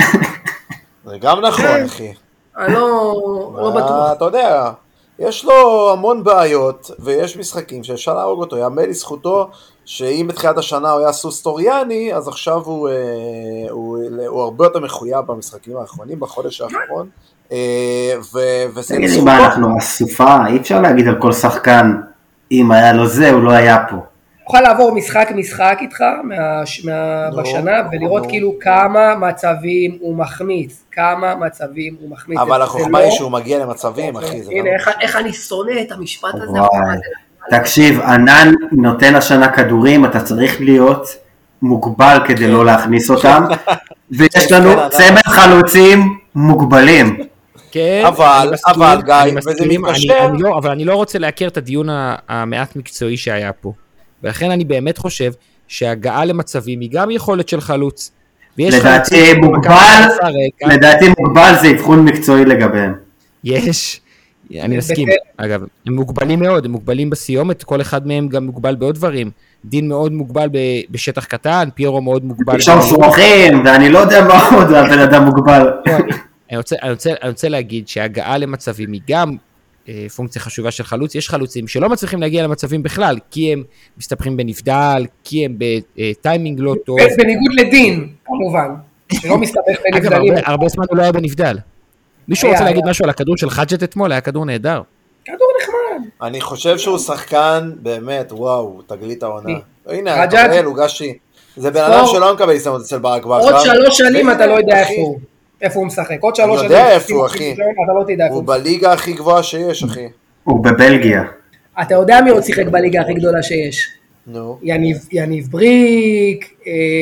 זה גם נכון, אחי. אני לא בטוח. אתה יודע, יש לו המון בעיות, ויש משחקים שאפשר להרוג אותו. יאמר לזכותו שאם בתחילת השנה הוא היה סוס טוריאני, אז עכשיו הוא הרבה יותר מחויב במשחקים האחרונים, בחודש האחרון. תגיד לי מה, אנחנו אסופה, אי אפשר להגיד על כל שחקן, אם היה לו זה, הוא לא היה פה. תוכל לעבור משחק משחק איתך בשנה ולראות כאילו כמה מצבים הוא מחמיץ, כמה מצבים הוא מחמיץ. אבל החוכמה היא שהוא מגיע למצבים, אחי. הנה, איך אני שונא את המשפט הזה. תקשיב, ענן נותן השנה כדורים, אתה צריך להיות מוגבל כדי לא להכניס אותם, ויש לנו צמד חלוצים מוגבלים. כן, אבל, אבל גיא, וזה מתקשר. אבל אני לא רוצה להכיר את הדיון המעט מקצועי שהיה פה. ולכן אני באמת חושב שהגעה למצבים היא גם יכולת של חלוץ. לדעתי מוגבל, לדעתי מוגבל זה אבחון מקצועי לגביהם. יש, אני מסכים. אגב, הם מוגבלים מאוד, הם מוגבלים בסיומת, כל אחד מהם גם מוגבל בעוד דברים. דין מאוד מוגבל בשטח קטן, פיירו מאוד מוגבל. שם שרוחים, ואני לא יודע מה עוד הבן אדם מוגבל. אני רוצה, אני רוצה, אני רוצה להגיד שהגעה למצבים היא גם פונקציה חשובה של חלוץ. יש חלוצים שלא מצליחים להגיע למצבים בכלל, כי הם מסתבכים בנבדל, כי הם בטיימינג לא טוב. בניגוד לדין, כמובן, שלא מסתבך בנבדלים. אגב, הרבה זמן הוא לא היה בנבדל. מישהו רוצה להגיד משהו על הכדור של חג'ת אתמול? היה כדור נהדר. כדור נחמד. אני חושב שהוא שחקן, באמת, וואו, תגלית העונה. הנה, אתה רואה, לוגשי. זה בן אדם שלא מקבל הזדמנות אצל ברק בכר. עוד שלוש שנים אתה לא יודע איפה הוא. איפה הוא משחק, עוד שלוש שנים. אני יודע איפה הוא, אחי. הוא בליגה הכי גבוהה שיש, אחי. הוא בבלגיה. אתה יודע מי עוד שיחק בליגה הכי גדולה שיש? נו. יניב בריק,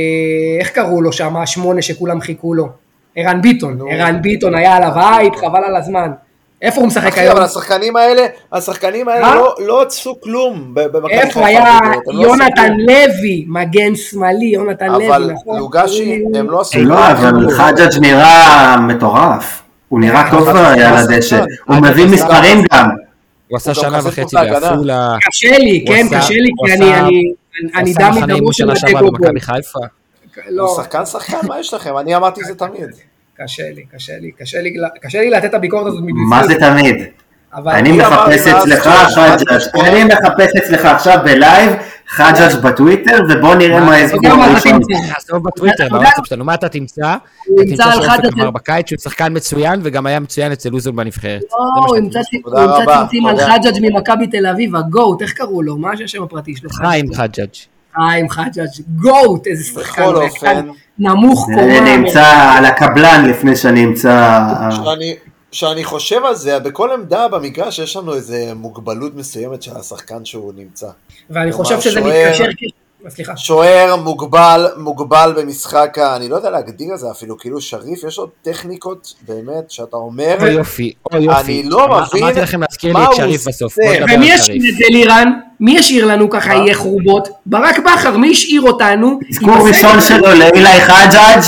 איך קראו לו שם, השמונה שכולם חיכו לו? ערן ביטון. ערן ביטון היה עליו הייפ, חבל על הזמן. איפה הוא משחק היום? אבל השחקנים האלה, השחקנים האלה לא עשו כלום. איפה היה יונתן לוי, מגן שמאלי, יונתן לוי, אבל לוגשי, הם לא עשו... לא, אבל חג'ג' נראה מטורף. הוא נראה טוב היה על הדשא. הוא מביא מספרים גם. הוא עשה שנה וחצי בעפולה. קשה לי, כן, קשה לי, כי אני דם מדמו של הדגו בו. הוא שחקן שחקן, מה יש לכם? אני אמרתי זה תמיד. קשה לי, קשה לי, קשה לי, קשה לי לתת את הביקורת הזאת מבפנים. מה זה תמיד? אני מחפש אצלך חג'ג', אני מחפש אצלך עכשיו בלייב חג'ג' בטוויטר, ובוא נראה מה יש בו ראשון. עזוב בטוויטר, בוואטסאפ שלנו, מה אתה תמצא? אתה תמצא שאופק אמר בקיץ שהוא שחקן מצוין, וגם היה מצוין אצל לוזון בנבחרת. הוא ימצא צימצים על חג'ג' ממכבי תל אביב, הגוט, איך קראו לו? מה השם הפרטי שלו? חיים חג'ג'. חיים חג'ג', גוט, איזה שחקן. נמוך קומה. נמצא על הקבלן לפני שאני אמצא... שאני חושב על זה, בכל עמדה במגרש יש לנו איזה מוגבלות מסוימת של השחקן שהוא נמצא. ואני חושב שזה מתקשר... סליחה. שוער מוגבל, מוגבל במשחק, אני לא יודע להגדיר את זה אפילו, כאילו שריף, יש עוד טכניקות באמת שאתה אומר, או יופי, או יופי. אני לא מבין אמרתי לכם להזכיר לי את שריף בסוף. ומי השאיר את זה לירן? מי השאיר לנו ככה יהיה חורבות? ברק בכר, מי השאיר אותנו? תזכור ראשון שלו לאילי חג'ג'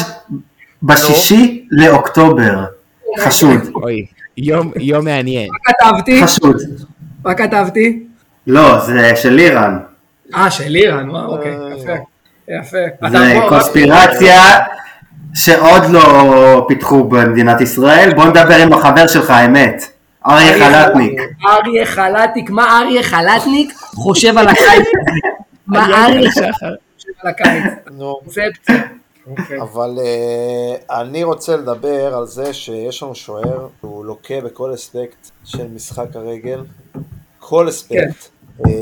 בשישי לאוקטובר. חשוד. אוי, יום מעניין. מה כתבתי? חשוד. מה כתבתי? לא, זה של לירן. אה, של איראן, אוקיי, יפה, יפה. זה קונספירציה שעוד לא פיתחו במדינת ישראל, בוא נדבר עם החבר שלך, האמת, אריה חלטניק. אריה חלטניק, מה אריה חלטניק חושב על הקיץ? מה אריה חושב על הקיץ? קונספציה. אבל אני רוצה לדבר על זה שיש לנו שוער, הוא לוקה בכל אספקט של משחק הרגל, כל אספקט,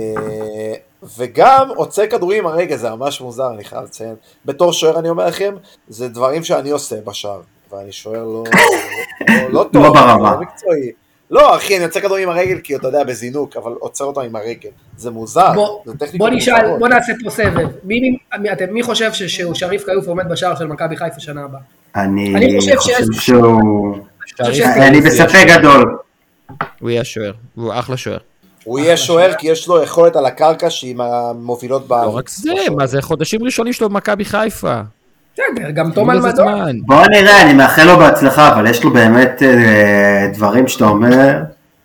וגם עוצר כדורים עם הרגל, זה ממש מוזר, אני חייב לציין. בתור שוער אני אומר לכם, זה דברים שאני עושה בשער, ואני שוער לא, לא, לא טוב, לא ברמה. לא מקצועי. לא, אחי, אני עוצר כדורים עם הרגל, כי אתה יודע, בזינוק, אבל עוצר אותם עם הרגל. זה מוזר, בוא, זה טכניקה בוא נשאל, מוזרות. בוא נעשה פה סבב. מי, מי, אתם, מי חושב שהוא שריף כיוף עומד בשער של מכבי חיפה שנה הבאה? אני, אני חושב חושב שיש... שהוא... שיש... אני בספק גדול. הוא יהיה שוער, הוא אחלה שוער. הוא יהיה שוער כי יש לו יכולת על הקרקע שהיא מהמובילות בארץ. לא רק זה, מה זה חודשים ראשונים שלו במכבי חיפה. בסדר, גם תום אלמדון. בוא נראה, אני מאחל לו בהצלחה, אבל יש לו באמת דברים שאתה אומר,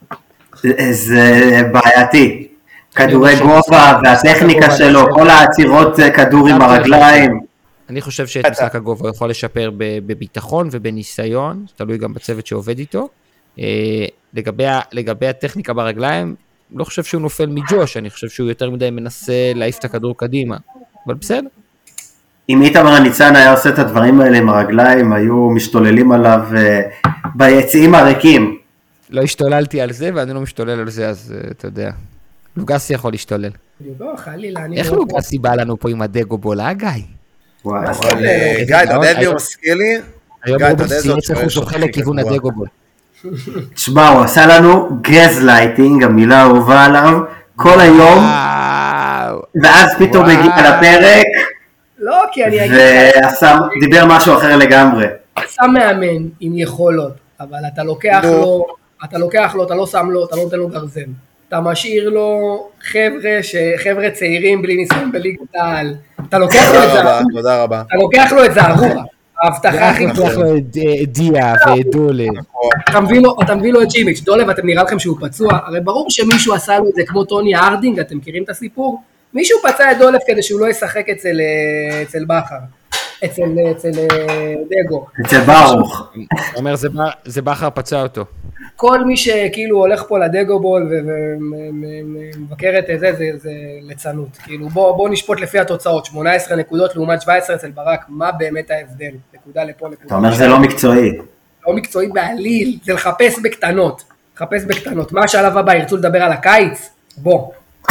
זה בעייתי. כדורי גובה והטכניקה שלו, כל העצירות כדור עם הרגליים. אני חושב שאת משחק הגובה הוא יכול לשפר בביטחון ובניסיון, תלוי גם בצוות שעובד איתו. לגבי, לגבי הטכניקה ברגליים, לא חושב שהוא נופל מג'וש, אני חושב שהוא יותר מדי מנסה להעיף את הכדור קדימה, אבל בסדר. אם איתמר ניצן היה עושה את הדברים האלה עם הרגליים, היו משתוללים עליו ביציעים הריקים. לא השתוללתי על זה, ואני לא משתולל על זה, אז אתה יודע. לוגסי יכול להשתולל. לא, חלילה, אני... איך לוגסי בא לנו פה עם הדגו בולה, גיא? וואי, גיא, אתה יודע מי הוא מזכיר לי? היום הוא בסיוץ איך הוא זוכה לכיוון הדגו-בול. תשמע, הוא עשה לנו גזלייטינג, המילה האהובה עליו, כל היום, ואז פתאום הגיע לפרק, לא, כי אני אגיד... ודיבר משהו אחר לגמרי. שם מאמן עם יכולות, אבל אתה לוקח לו, אתה לוקח לו, אתה לא שם לו, אתה לא נותן לו גרזן. אתה משאיר לו חבר'ה, חבר'ה צעירים בלי ניסיון בליגת העל. אתה לוקח לו את זה, תודה רבה. אתה לוקח לו את זה ערורה. ההבטחה הכי גדולה. אתה לוקח לו את דיה ודולב. אתה מביא לו את ג'ימיץ', דולב, אתם נראה לכם שהוא פצוע? הרי ברור שמישהו עשה לו את זה כמו טוני ארדינג, אתם מכירים את הסיפור? מישהו פצע את דולב כדי שהוא לא ישחק אצל בכר. אצל דגו. אצל ברוך. הוא אומר, זה בכר פצע אותו. כל מי שכאילו הולך פה לדגו בול ומבקר את זה, זה לצנות. כאילו בוא נשפוט לפי התוצאות, שמונה עשרה נקודות לעומת שבע עשרה אצל ברק, מה באמת ההבדל? נקודה לפה, נקודה. אתה אומר שזה לא מקצועי. לא מקצועי בעליל, זה לחפש בקטנות. לחפש בקטנות. מה השלב הבא, ירצו לדבר על הקיץ? בוא.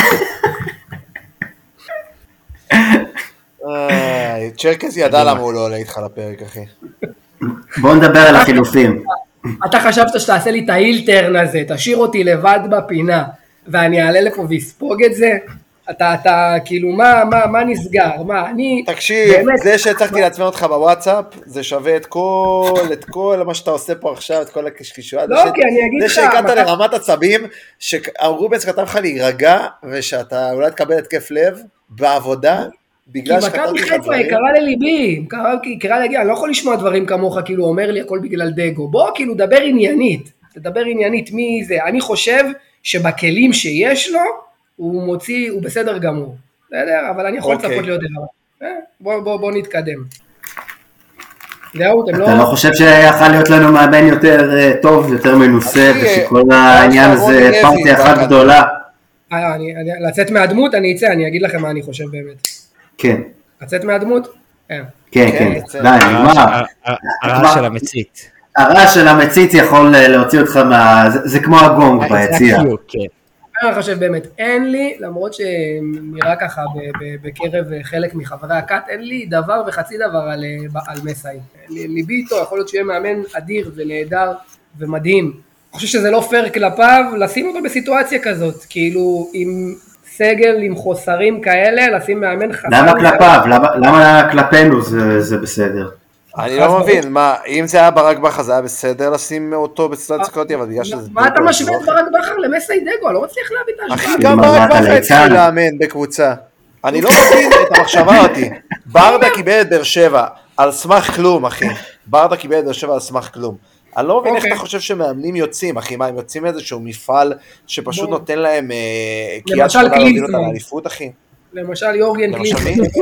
צ'רקס ידע למה הוא לא עולה איתך לפרק, אחי. בוא נדבר על החילופים. אתה חשבת שתעשה לי את ההילטרן הזה, תשאיר אותי לבד בפינה, ואני אעלה לפה ויספוג את זה? אתה, אתה, כאילו, מה, מה, מה נסגר? מה, אני... תקשיב, זה שהצלחתי לעצמם אותך בוואטסאפ, זה שווה את כל, את כל מה שאתה עושה פה עכשיו, את כל הקשקשיות. לא, כי אני אגיד לך... זה שהגעת לרמת עצבים, שרובנס כתב לך להירגע, ושאתה אולי תקבל התקף לב, בעבודה, בגלל שכתבתי לך דברים. כי מכבי חיפה יקרה לליבי, יקרה להגיע, אני לא יכול לשמוע דברים כמוך, כאילו, אומר לי הכל בגלל דגו. בוא, כאילו, דבר עניינית, תדבר עניינית, מי זה? אני חושב שבכלים שיש לו, הוא מוציא, הוא בסדר גמור. בסדר, אבל אני יכול לצפות להיות דבר. בוא נתקדם. אתה לא חושב שיכל להיות לנו מאמן יותר טוב, יותר מנוסה, ושכל העניין זה פרטיה אחת גדולה? לצאת מהדמות, אני אצא, אני אגיד לכם מה אני חושב באמת. כן. לצאת מהדמות? כן, כן, די, נגמר. הרעש של המצית. הרעש של המצית יכול להוציא אותך מה... זה כמו הגונג ביציע. אני חושב באמת, אין לי, למרות שנראה ככה בקרב חלק מחברי הקאט, אין לי דבר וחצי דבר על מסאי. ליבי איתו, יכול להיות שיהיה מאמן אדיר ונהדר ומדהים. אני חושב שזה לא פייר כלפיו, לשים אותו בסיטואציה כזאת, כאילו עם סגל, עם חוסרים כאלה, לשים מאמן חסר. למה כלפיו? למה כלפינו זה בסדר? אני לא מבין, מה, אם זה היה ברק בכר, זה היה בסדר לשים אותו בסיטואציה כזאת, אבל בגלל שזה... מה אתה משווה את ברק בכר למסאי דגו? אני לא מצליח להבין את ההשוואה. אחי, גם ברק בכר התחיל לאמן בקבוצה. אני לא מבין את המחשבה אותי. ברדה קיבל את באר שבע על סמך כלום, אחי. ברדה קיבל את באר שבע על סמך כלום. אני לא מבין איך אתה חושב שמאמנים יוצאים, אחי, מה, הם יוצאים מאיזשהו מפעל שפשוט נותן להם קריאת שמונה להוביל אותה לאליפות, אחי? למשל יורגן קלינסמן.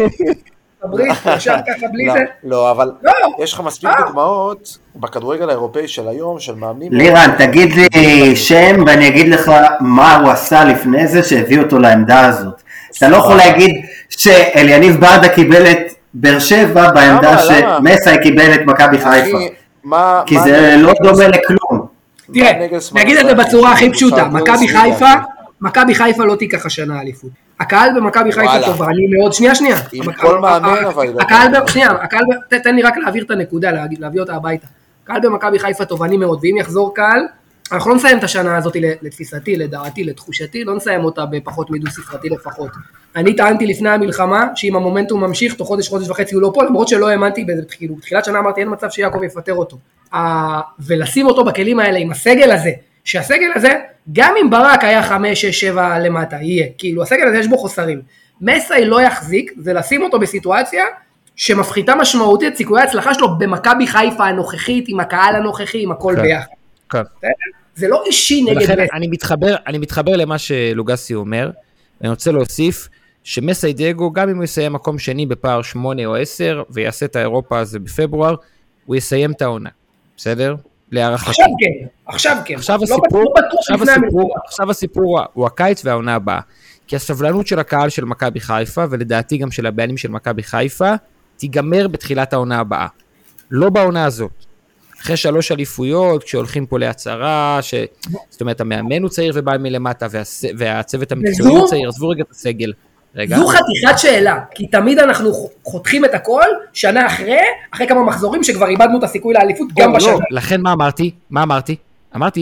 הברית, ישר ככה בלי לא, זה. לא, אבל לא. יש לך מספיק אה. דוגמאות בכדורגל האירופאי של היום, של מאמנים. לירן, תגיד לי שם ואני אגיד לך מה הוא עשה לפני זה שהביא אותו לעמדה הזאת. אתה לא יכול להגיד שאליניב ברדה קיבל את באר שבע בעמדה שמסאי קיבל את מכבי חיפה. כי זה לא דומה לכלום. תראה, נגיד את זה בצורה הכי פשוטה, מכבי חיפה, מכבי חיפה לא תיקח השנה אליפות. הקהל במכבי חיפה תובעני מאוד, שנייה שנייה. עם כל מאמן אבל... שנייה, הקהל, תן לי רק להעביר את הנקודה, להביא אותה הביתה. הקהל במכבי חיפה תובעני מאוד, ואם יחזור קהל, אנחנו לא נסיים את השנה הזאת לתפיסתי, לדעתי, לתחושתי, לא נסיים אותה בפחות מדו ספרתי לפחות. אני טענתי לפני המלחמה, שאם המומנטום ממשיך, תוך חודש, חודש וחצי הוא לא פה, למרות שלא האמנתי, בתחילת שנה אמרתי, אין מצב שיעקב יפטר אותו. ולשים אותו בכלים האלה עם הסגל הזה, שהסגל הזה, גם אם ברק היה חמש, שש, שבע למטה, יהיה, כאילו הסגל הזה יש בו חוסרים. מסאי לא יחזיק, זה לשים אותו בסיטואציה, שמפחיתה משמעותית סיכויי ההצלחה שלו במכבי חיפה הנוכחית, עם הקהל הנוכחי, עם הכל ביחד. כן. זה לא אישי נגד ולכן מסאי. אני מתחבר, אני מתחבר למה שלוגסי אומר, אני רוצה להוסיף, שמסאי דייגו, גם אם הוא יסיים מקום שני בפער שמונה או עשר, ויעשה את האירופה הזה בפברואר, הוא יסיים את העונה. בסדר? להערכתי. עכשיו כן, עכשיו כן. עכשיו הסיפור, עכשיו הסיפור, עכשיו הסיפור הוא הקיץ והעונה הבאה. כי הסבלנות של הקהל של מכבי חיפה, ולדעתי גם של הבעלים של מכבי חיפה, תיגמר בתחילת העונה הבאה. לא בעונה הזאת. אחרי שלוש אליפויות, כשהולכים פה להצהרה, ש... זאת אומרת, המאמן הוא צעיר ובא מלמטה, והצ... והצוות המקצועי הוא צעיר, עזבו רגע את הסגל. רגע. זו חתיכת שאלה, כי תמיד אנחנו חותכים את הכל, שנה אחרי, אחרי כמה מחזורים שכבר איבדנו את הסיכוי לאליפות גם בשנה. לא, לכן מה אמרתי? מה אמרתי? אמרתי,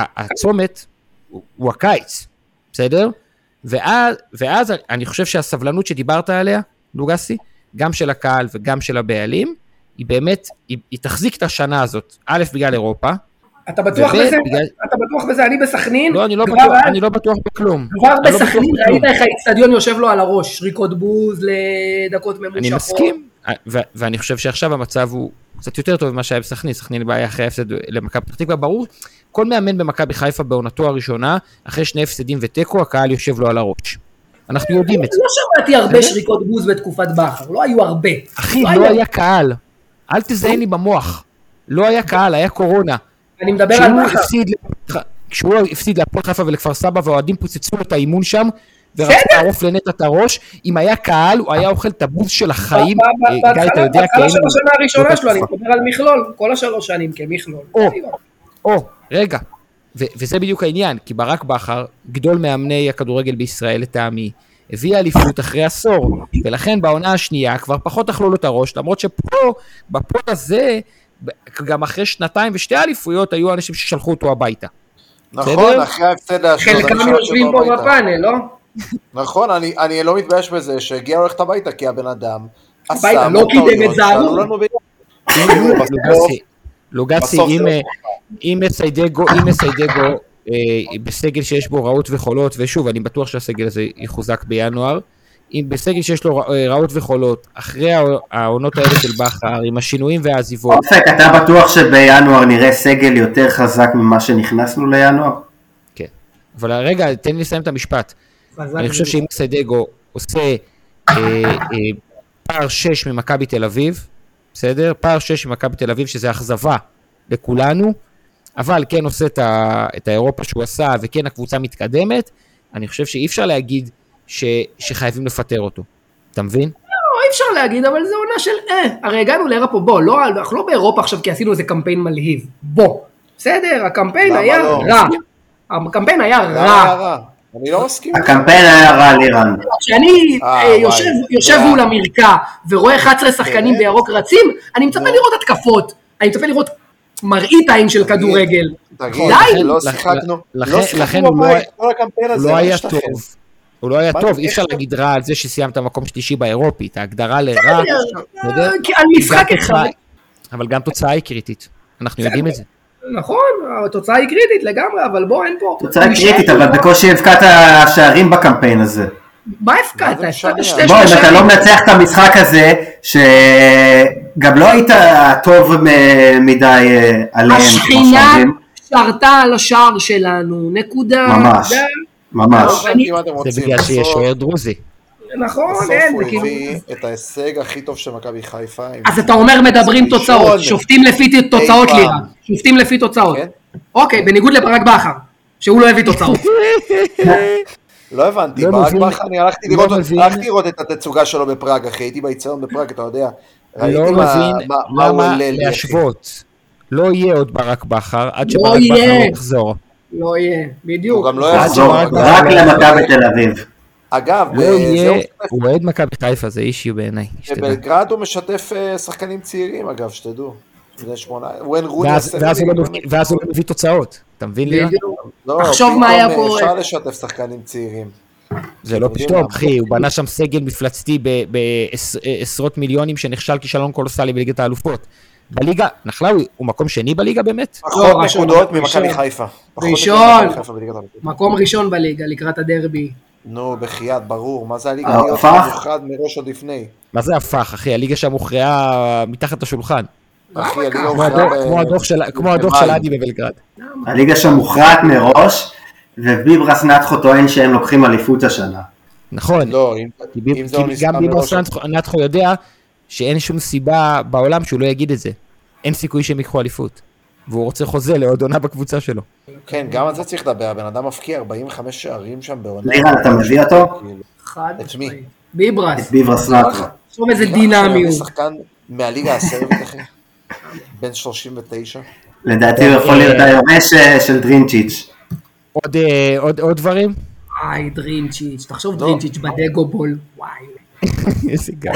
הצומת הוא הקיץ, בסדר? ואז, ואז אני חושב שהסבלנות שדיברת עליה, לוגסי, גם של הקהל וגם של הבעלים, היא באמת, היא, היא תחזיק את השנה הזאת, א' בגלל אירופה. אתה בטוח בזה? בגלל... אתה בטוח בזה? אני בסכנין? לא, אני לא בטוח, אז... אני לא בטוח בכלום. כבר בסכנין לא ראית איך האצטדיון יושב לו על הראש, שריקות בוז לדקות ממושכות. אני מסכים, ו- ואני חושב שעכשיו המצב הוא קצת יותר טוב ממה שהיה בסכנין, סכנין בעיה אחרי ההפסד למכבי פתח תקווה, ברור, כל מאמן במכבי חיפה בעונתו הראשונה, אחרי שני הפסדים ותיקו, הקהל יושב לו על הראש. אנחנו יודעים את זה. לא שמעתי הרבה שריקות בוז בתקופת בכר, לא היו הרבה. אחי, לא היה קהל. אל תזיין לי במוח. לא היה קהל, היה קורונה. אני מדבר על בכר. כשהוא הפסיד להפועל חיפה ולכפר סבא, והאוהדים פוצצו את האימון שם, ורצו לערוף לנטע את הראש, אם היה קהל, הוא היה אוכל את הבוז של החיים. גיא, אתה יודע, בהתחלה של השנה הראשונה שלו, אני מדבר על מכלול, כל השלוש שנים כמכלול. או, או, רגע. וזה בדיוק העניין, כי ברק בכר, גדול מאמני הכדורגל בישראל לטעמי, הביא אליפות אחרי עשור, ולכן בעונה השנייה כבר פחות אכלו לו את הראש, למרות שפה, בפוד הזה, גם אחרי שנתיים ושתי אליפויות, היו אנשים ששלחו אותו הביתה. נכון, אחרי ההפסד לאשדוד. חלקם יושבים פה בפאנל, לא? נכון, אני לא מתבייש בזה שהגיע הולכת הביתה, כי הבן אדם עשה לא קידם את זהרו. לוגסי, אם מסיידגו, אם מסיידגו, בסגל שיש בו רעות וחולות, ושוב, אני בטוח שהסגל הזה יחוזק בינואר, אם בסגל שיש לו רעות וחולות, אחרי העונות האלה של בכר, עם השינויים והעזיבות. אופק, אתה בטוח שבינואר נראה סגל יותר חזק ממה שנכנסנו לינואר? כן, אבל רגע, תן לי לסיים את המשפט. אני חושב שאם מסיידגו עושה פער שש ממכבי תל אביב, בסדר? פער שש ממכבי תל אביב, שזה אכזבה לכולנו, אבל כן עושה את, ה, את האירופה שהוא עשה, וכן הקבוצה מתקדמת, אני חושב שאי אפשר להגיד ש, שחייבים לפטר אותו. אתה מבין? לא, אי אפשר להגיד, אבל זה עונה של אה, הרי הגענו לאירופה, בוא, לא, אנחנו לא באירופה עכשיו, כי עשינו איזה קמפיין מלהיב, בוא, בסדר, הקמפיין היה לא? רע, הקמפיין היה רע. אני לא מסכים. הקמפיין היה רע לירן. כשאני יושב מול המרקע, ורואה אחת עשרה שחקנים בירוק רצים, אני מצפה לראות התקפות, אני מצפה לראות מראית עין של כדורגל. די! לא שיחקנו, לא שיחקנו בבית, כל הקמפיין הזה לא היה טוב. הוא לא היה טוב, אי אפשר להגיד רע על זה שסיימת מקום שלישי באירופית, ההגדרה לרע, על משחק אחד. אבל גם תוצאה היא קריטית, אנחנו יודעים את זה. נכון, התוצאה היא קריטית לגמרי, אבל בוא, אין פה. תוצאה היא קריטית, אבל בקושי הבקעת השערים בקמפיין הזה. מה הבקעת? בוא, אם אתה לא מנצח את המשחק הזה, שגם לא היית טוב מדי עליהם. השכינה שרתה על השער שלנו, נקודה. ממש, ממש. זה בגלל שיש שוער דרוזי. נכון, בסוף אין, הוא זה כאילו... הביא את ההישג הכי טוב של מכבי חיפה. אז אתה אומר מדברים תוצאות, שופטים לפי תוצאות לירה, שופטים לפי תוצאות. אוקיי, בניגוד לברק בכר, שהוא לא הביא תוצאות. לא הבנתי, ברק בכר, אני הלכתי לראות את התצוגה שלו בפראג, אחי, הייתי ביציון בפראג, אתה יודע. לא מבין למה להשוות. לא יהיה עוד ברק בכר, עד שברק בכר לא יחזור. לא יהיה, בדיוק. הוא גם לא יחזור. רק למכבי תל אביב. אגב, לא יהיה, הוא אוהד מכבי חיפה, זה אישיו בעיניי. בבלגרד הוא משתף שחקנים צעירים, אגב, שתדעו. ואז הוא מביא תוצאות, אתה מבין לי? תחשוב מה היה קורה. אפשר לשתף שחקנים צעירים. זה לא פתאום, אחי, הוא בנה שם סגל מפלצתי בעשרות מיליונים שנכשל כישלון קולוסלי בליגת האלופות. בליגה, נחלאוי, הוא מקום שני בליגה באמת? פחות נקודות ממכבי חיפה. ראשון, מקום ראשון בליגה לקראת הדרבי. נו, בחייאת, ברור, מה זה הליגה? להיות מוכרד מראש עוד לפני. מה זה הפך, אחי? הליגה שם הוכרעה מתחת לשולחן. אחי, הליגה הוכרעה... כמו הדוח של עדי בבלגרד. הליגה שם הוכרעת מראש, וביברס נתחו טוען שהם לוקחים אליפות השנה. נכון, גם ביברס נתחו יודע שאין שום סיבה בעולם שהוא לא יגיד את זה. אין סיכוי שהם יקחו אליפות. והוא רוצה חוזה לעוד עונה בקבוצה שלו. כן, גם על זה צריך לדבר, הבן אדם מפקיע ארבעים וחמש שערים שם בעונה. לירן, אתה מביא אותו? את מי? ביברס. את ביברס נתחו. שוב איזה דינמיות. שחקן מהליגה הסרבית, אחי. בן שלושים ותשע. לדעתי הוא יכול להיות היורש של דרינצ'יץ'. עוד דברים? וואי, דרינצ'יץ'. תחשוב דרינצ'יץ' בדגו בול. וואי. איזה גאו.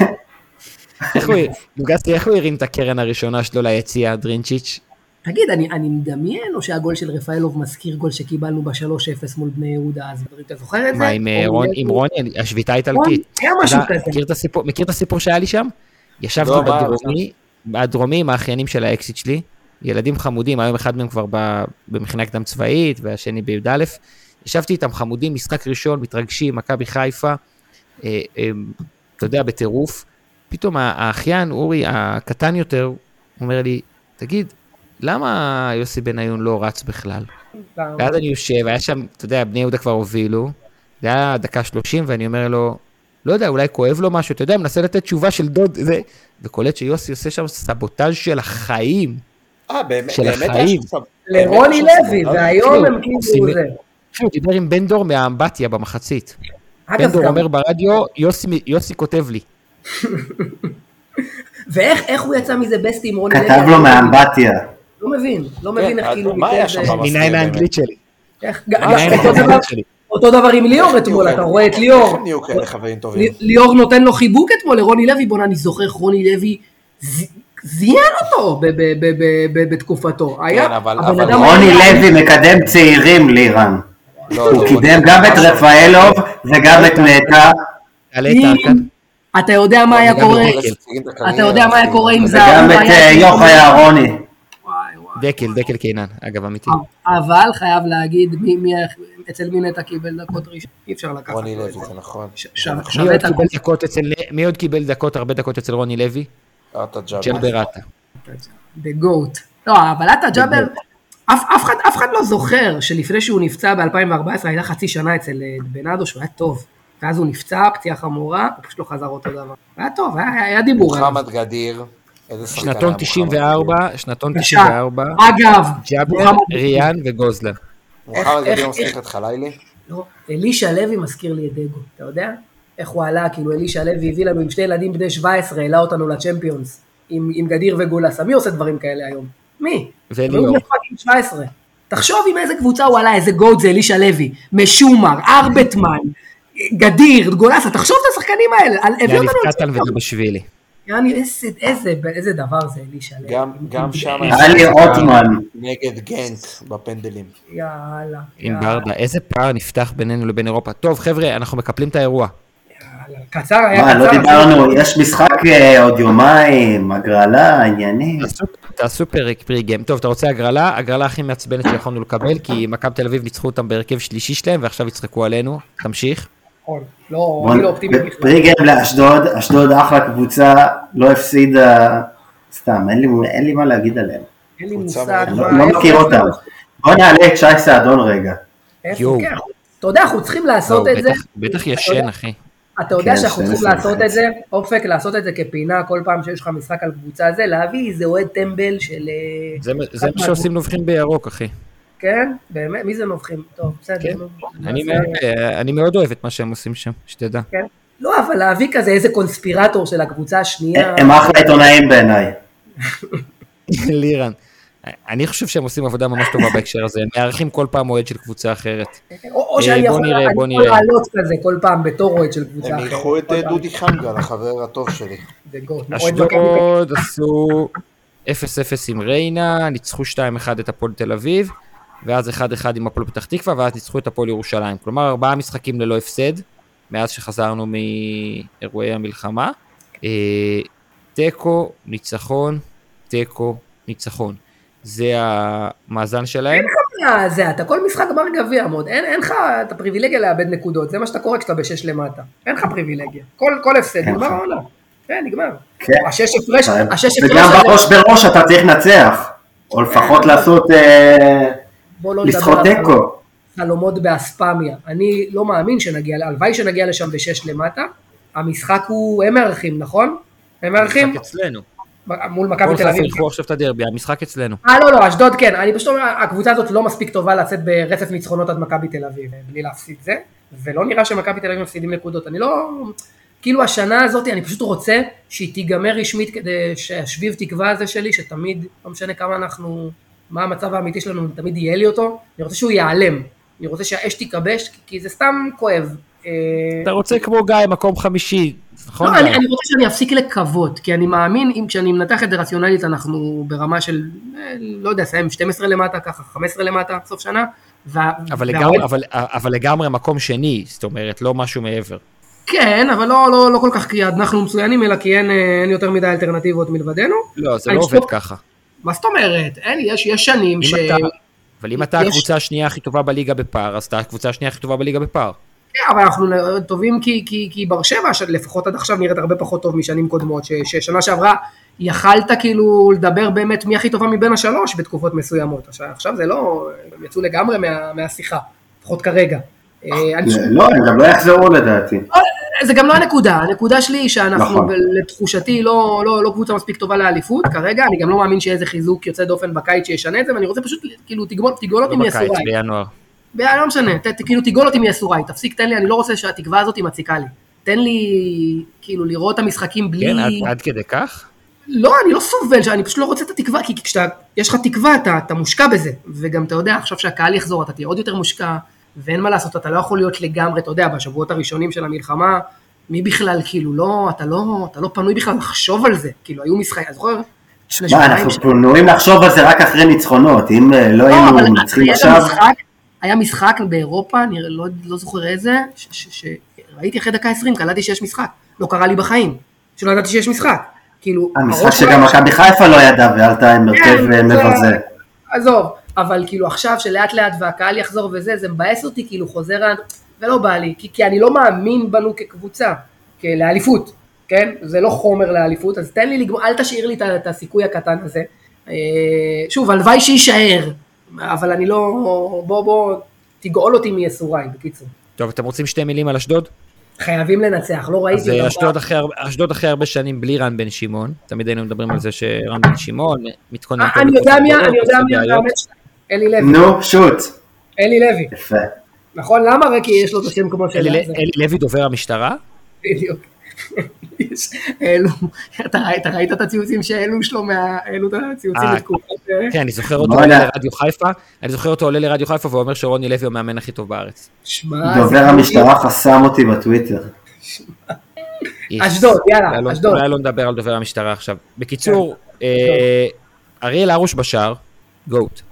לוגסי, איך הוא הרים את הקרן הראשונה שלו ליציאה, דרינצ'יץ'? תגיד, אני מדמיין או שהגול של רפאלוב מזכיר גול שקיבלנו ב-שלוש אפס מול בני יהודה, אז אתה זוכר את זה? מה, עם רוני, השביתה האיטלקית? היה משהו כזה. מכיר את הסיפור שהיה לי שם? ישבתי בדרומי, בדרומי עם האחיינים של האקסיט שלי, ילדים חמודים, היום אחד מהם כבר במכינה קדם צבאית, והשני בי"א, ישבתי איתם חמודים, משחק ראשון, מתרגשים, מכבי חיפה, אתה יודע, בטירוף, פתאום האחיין, אורי, הקטן יותר, אומר לי, תגיד, למה יוסי בניון לא רץ בכלל? ואז אני יושב, היה שם, אתה יודע, בני יהודה כבר הובילו, זה היה דקה שלושים, ואני אומר לו, לא יודע, אולי כואב לו משהו, אתה יודע, מנסה לתת תשובה של דוד, וקולט שיוסי עושה שם סבוטאז' של החיים. אה, באמת? של החיים. לרוני לוי, והיום הם כאילו זה. הוא דיבר עם בן דור מהאמבטיה במחצית. בן דור אומר ברדיו, יוסי כותב לי. ואיך הוא יצא מזה בסטי עם רוני לוי? כתב לו מהאמבטיה. לא מבין, לא מבין איך כאילו... מה היה שם במסגר? מניין האנגלית שלי. אותו דבר עם ליאור אתמול, אתה רואה את ליאור. ליאור נותן לו חיבוק אתמול לרוני לוי, בוא אני זוכר, רוני לוי זיין אותו בתקופתו. רוני לוי מקדם צעירים לירן. הוא קידם גם את רפאלוב וגם את נטע. אתה יודע מה היה קורה, אתה יודע מה היה קורה עם זה. וגם את יוחאי אהרוני. דקל, דקל קינן, אגב אמיתי. אבל חייב להגיד אצל מי נטע קיבל דקות ראשון, אי אפשר לקחת. רוני לוי, זה נכון. מי עוד קיבל דקות, הרבה דקות אצל רוני לוי? ג'אבר עטה. The goat. לא, אבל עטה ג'אבר, אף אחד לא זוכר שלפני שהוא נפצע ב-אלפיים וארבע עשרה, הייתה חצי שנה אצל בנאדו שהוא היה טוב. ואז הוא נפצע, פציעה חמורה, הוא פשוט לא חזר אותו דבר. היה טוב, היה דיבור. מוחמד גדיר. שנתון תשעים וארבע, שנתון תשעים וארבע, אגב, ג'אבר, ריאן וגוזלר. מוחמד גדיר מזכיר את חלילי? לא, אלישע לוי מזכיר לי את דגו, אתה יודע? איך הוא עלה, כאילו אלישע לוי הביא לנו עם שני ילדים בני שבע עשרה, העלה אותנו לצ'מפיונס, עם גדיר וגולסה, מי עושה דברים כאלה היום? מי? וליאור. שבע עשרה. תחשוב עם איזה קבוצה הוא עלה, איזה גוט זה אלישע לוי, משומר, ארבטמן, גדיר, גולסה, תחשוב את השחקנים האלה. יאניב קטל ודבשווילי. יאני, איזה דבר זה אלישע לוי. גם שם עלי רוטמן. נגד גנק בפנדלים. יאללה. עם ברדה, איזה פער נפתח בינינו לבין אירופה. טוב חבר'ה, אנחנו מקפלים את האירוע. קצר, היה קצר. מה, לא דיברנו, יש משחק עוד יומיים, הגרלה, עניינים. תעשו פרק פרי גיים. טוב, אתה רוצה הגרלה? הגרלה הכי מעצבנת שיכולנו לקבל, כי מכבי תל אביב ניצחו אותם בהרכב שלישי שלהם, ועכשיו יצחקו עלינו. תמשיך. לא, אני לא אופטימי בכלל. פרי גיים לאשדוד, אשדוד אחלה קבוצה, לא הפסידה, סתם, אין לי מה להגיד עליהם. אין לי מושג. לא מכיר אותם. בוא נעלה את שי סעדון רגע. איפה, כן. אתה יודע, אנחנו צריכים לעשות את זה. בטח ישן, אחי. אתה יודע שאנחנו צריכים לעשות את זה, אופק, לעשות את זה כפינה, כל פעם שיש לך משחק על קבוצה הזה, להביא איזה אוהד טמבל של... זה מה שעושים נובחים בירוק, אחי. כן? באמת? מי זה נובחים? טוב, בסדר. אני מאוד אוהב את מה שהם עושים שם, שתדע. כן? לא, אבל להביא כזה איזה קונספירטור של הקבוצה השנייה... הם אחלה עיתונאים בעיניי. לירן. אני חושב שהם עושים עבודה ממש טובה בהקשר הזה, הם מארחים כל פעם אוהד של קבוצה אחרת. או שאני יכול לעלות כזה כל פעם בתור אוהד של קבוצה אחרת. הם ילכו את דודי חנגל, החבר הטוב שלי. אשדוד עשו אפס אפס עם ריינה, ניצחו שתיים אחד את הפועל תל אביב, ואז אחד אחד עם הפועל פתח תקווה, ואז ניצחו את הפועל ירושלים. כלומר, ארבעה משחקים ללא הפסד, מאז שחזרנו מאירועי המלחמה. תיקו, ניצחון, תיקו, ניצחון. זה המאזן שלהם. אין לך זה, אתה כל משחק גמר גביע, מאוד, אין, אין לך את הפריבילגיה לאבד נקודות, זה מה שאתה קורא כשאתה בשש למטה, אין לך פריבילגיה, כל, כל הפסד, נגמר העונה, כן, נגמר. כן. השש הפרש, השש הפרש... וגם בראש בראש אתה צריך לנצח, או לפחות לעשות, לשחוט תיקו. חלומות באספמיה, אני לא מאמין שנגיע, הלוואי שנגיע לשם בשש למטה, המשחק הוא, הם מערכים, נכון? הם מערכים? המשחק אצלנו. מול מכבי תל אביב. ילכו עכשיו את הדרבי, המשחק אצלנו. אה, לא, לא, אשדוד כן, אני פשוט אומר, הקבוצה הזאת לא מספיק טובה לצאת ברצף ניצחונות עד מכבי תל אביב, בלי להפסיד זה, ולא נראה שמכבי תל אביב מפסידים נקודות, אני לא, כאילו השנה הזאת, אני פשוט רוצה שהיא תיגמר רשמית, כדי שהשביב תקווה הזה שלי, שתמיד, לא משנה כמה אנחנו, מה המצב האמיתי שלנו, תמיד יהיה לי אותו, אני רוצה שהוא ייעלם, אני רוצה שהאש תיכבש, כי זה סתם כואב. אתה רוצה כמו גיא, מקום חמישי, נכון? לא, אני, אני רוצה שאני אפסיק לקוות, כי אני מאמין, אם כשאני מנתח את זה רציונלית, אנחנו ברמה של, לא יודע, סיים שתים עשרה למטה, ככה, חמש עשרה למטה, סוף שנה, ו... אבל, לגמרי, אבל, אבל לגמרי מקום שני, זאת אומרת, לא משהו מעבר. כן, אבל לא, לא, לא כל כך כי אנחנו מצוינים, אלא כי אין, אין יותר מדי אלטרנטיבות מלבדנו. לא, זה לא עובד ככה. מה זאת אומרת? אין, יש, יש שנים ש... אתה, אבל אם אתה יש... הקבוצה השנייה הכי טובה בליגה בפער, אז אתה הקבוצה השנייה הכי טובה בליגה בפער. כן, אבל אנחנו טובים כי, כי, כי בר שבע, לפחות עד עכשיו נראית הרבה פחות טוב משנים קודמות, ש, ששנה שעברה יכלת כאילו לדבר באמת מי הכי טובה מבין השלוש בתקופות מסוימות, עכשיו זה לא, הם יצאו לגמרי מה, מהשיחה, לפחות כרגע. לא, הם גם לא יחזרו לדעתי. זה גם לא הנקודה, הנקודה שלי היא שאנחנו לתחושתי לא, לא, לא קבוצה מספיק טובה לאליפות, כרגע אני גם לא מאמין שאיזה חיזוק יוצא דופן בקיץ שישנה את זה, ואני רוצה פשוט כאילו תגבול אותי מיסורי. לא בקיץ, בינואר. לא משנה, כאילו תיגול אותי מיסורי, תפסיק, תן לי, אני לא רוצה שהתקווה הזאת היא מציקה לי. תן לי, כאילו, לראות את המשחקים בלי... כן, עד, עד כדי כך? לא, אני לא סובל, אני פשוט לא רוצה את התקווה, כי כשאתה, יש לך תקווה, אתה, אתה מושקע בזה, וגם אתה יודע, עכשיו שהקהל יחזור, אתה תהיה עוד יותר מושקע, ואין מה לעשות, אתה לא יכול להיות לגמרי, אתה יודע, בשבועות הראשונים של המלחמה, מי בכלל, כאילו, לא, אתה לא, אתה לא פנוי בכלל לחשוב על זה, כאילו, היו משחק, אז זוכר? מה, אנחנו פנויים לחשוב על זה רק אחרי ניצחונות, אם לא היינו מנצחים עכשיו... היה משחק באירופה, אני לא, לא זוכר איזה, שראיתי אחרי דקה עשרים, קלטתי שיש משחק, לא קרה לי בחיים, שלא ידעתי שיש משחק, כאילו... המשחק שגם מכבי חיפה לא ידע, ועלתה עם מרכב מבזה. עזוב, אבל כאילו עכשיו שלאט לאט והקהל יחזור וזה, זה מבאס אותי, כאילו חוזר, ולא בא לי, כי, כי אני לא מאמין בנו כקבוצה, לאליפות, כן? זה לא חומר לאליפות, אז תן לי לגמור, אל תשאיר לי את הסיכוי הקטן הזה. שוב, הלוואי שישאר, אבל אני לא, בוא בוא, תגאול אותי מיסוריי, בקיצור. טוב, אתם רוצים שתי מילים על אשדוד? חייבים לנצח, לא ראיתי. אז אשדוד אחרי, אשדוד אחרי הרבה שנים בלי רן בן שמעון, תמיד היינו מדברים על זה שרן בן שמעון, מתכונן... אני יודע מי, אני יודע מי, אלי לוי. נו, שוט. אלי לוי. יפה. נכון, למה? רק כי יש לו את השם כמו של... אלי לוי דובר המשטרה? בדיוק. אתה ראית את הציוצים שהעלו שלו, העלו את הציוצים לתקופות. כן, אני זוכר אותו עולה לרדיו חיפה, אני זוכר אותו עולה לרדיו חיפה ואומר שרוני לוי הוא המאמן הכי טוב בארץ. דובר המשטרה חסם אותי בטוויטר. אשדוד, יאללה, אשדוד. אולי לא נדבר על דובר המשטרה עכשיו. בקיצור, אריאל הרוש בשער, גוט.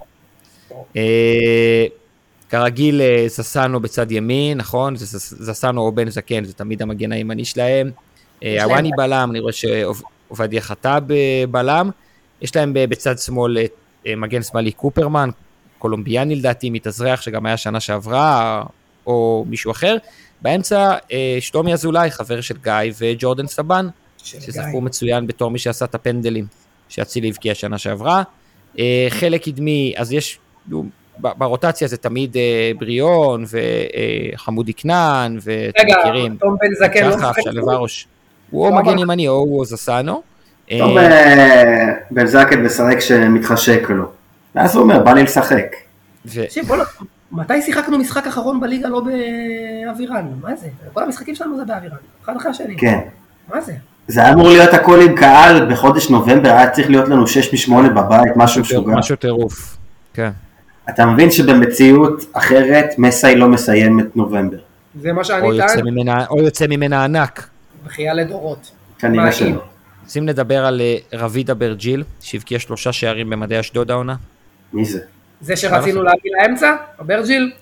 כרגיל זסנו בצד ימין, נכון? זסנו או בן זקן, זה תמיד המגן הימני שלהם. הוואני בלם, אני רואה שעובדיה חטא בבלם. יש להם בצד שמאל מגן שמאלי קופרמן, קולומביאני לדעתי, מתאזרח שגם היה שנה שעברה, או מישהו אחר. באמצע שלומי אזולאי, חבר של גיא, וג'ורדן סבן, שזכו מצוין בתור מי שעשה את הפנדלים, שאצילי הבקיע שנה שעברה. חלק קדמי, אז יש... ברוטציה זה תמיד בריאון וחמודי כנען, ואתם מכירים. רגע, תום בן זקן לא שחף, שלו הראש. הוא או מגן ימני או הוא זסנו. טוב, בן זקן משחק שמתחשק לו. ואז הוא אומר, בא לי לשחק. מתי שיחקנו משחק אחרון בליגה לא באווירן? מה זה? כל המשחקים שלנו זה באווירן. אחד אחרי השני. כן. מה זה? זה היה אמור להיות הכל עם קהל בחודש נובמבר, היה צריך להיות לנו שש משמונה בבית, משהו משוגע. משהו טירוף. כן. אתה מבין שבמציאות אחרת, מסי לא מסיים את נובמבר. זה מה שאני טען. או יוצא ממנה ענק. בחייה לדורות. כנראה שלא. רוצים לדבר על רביד אברג'יל, שהבקיע שלושה שערים במדעי אשדוד העונה? מי זה? זה שרצינו להביא לאמצע? אברג'יל?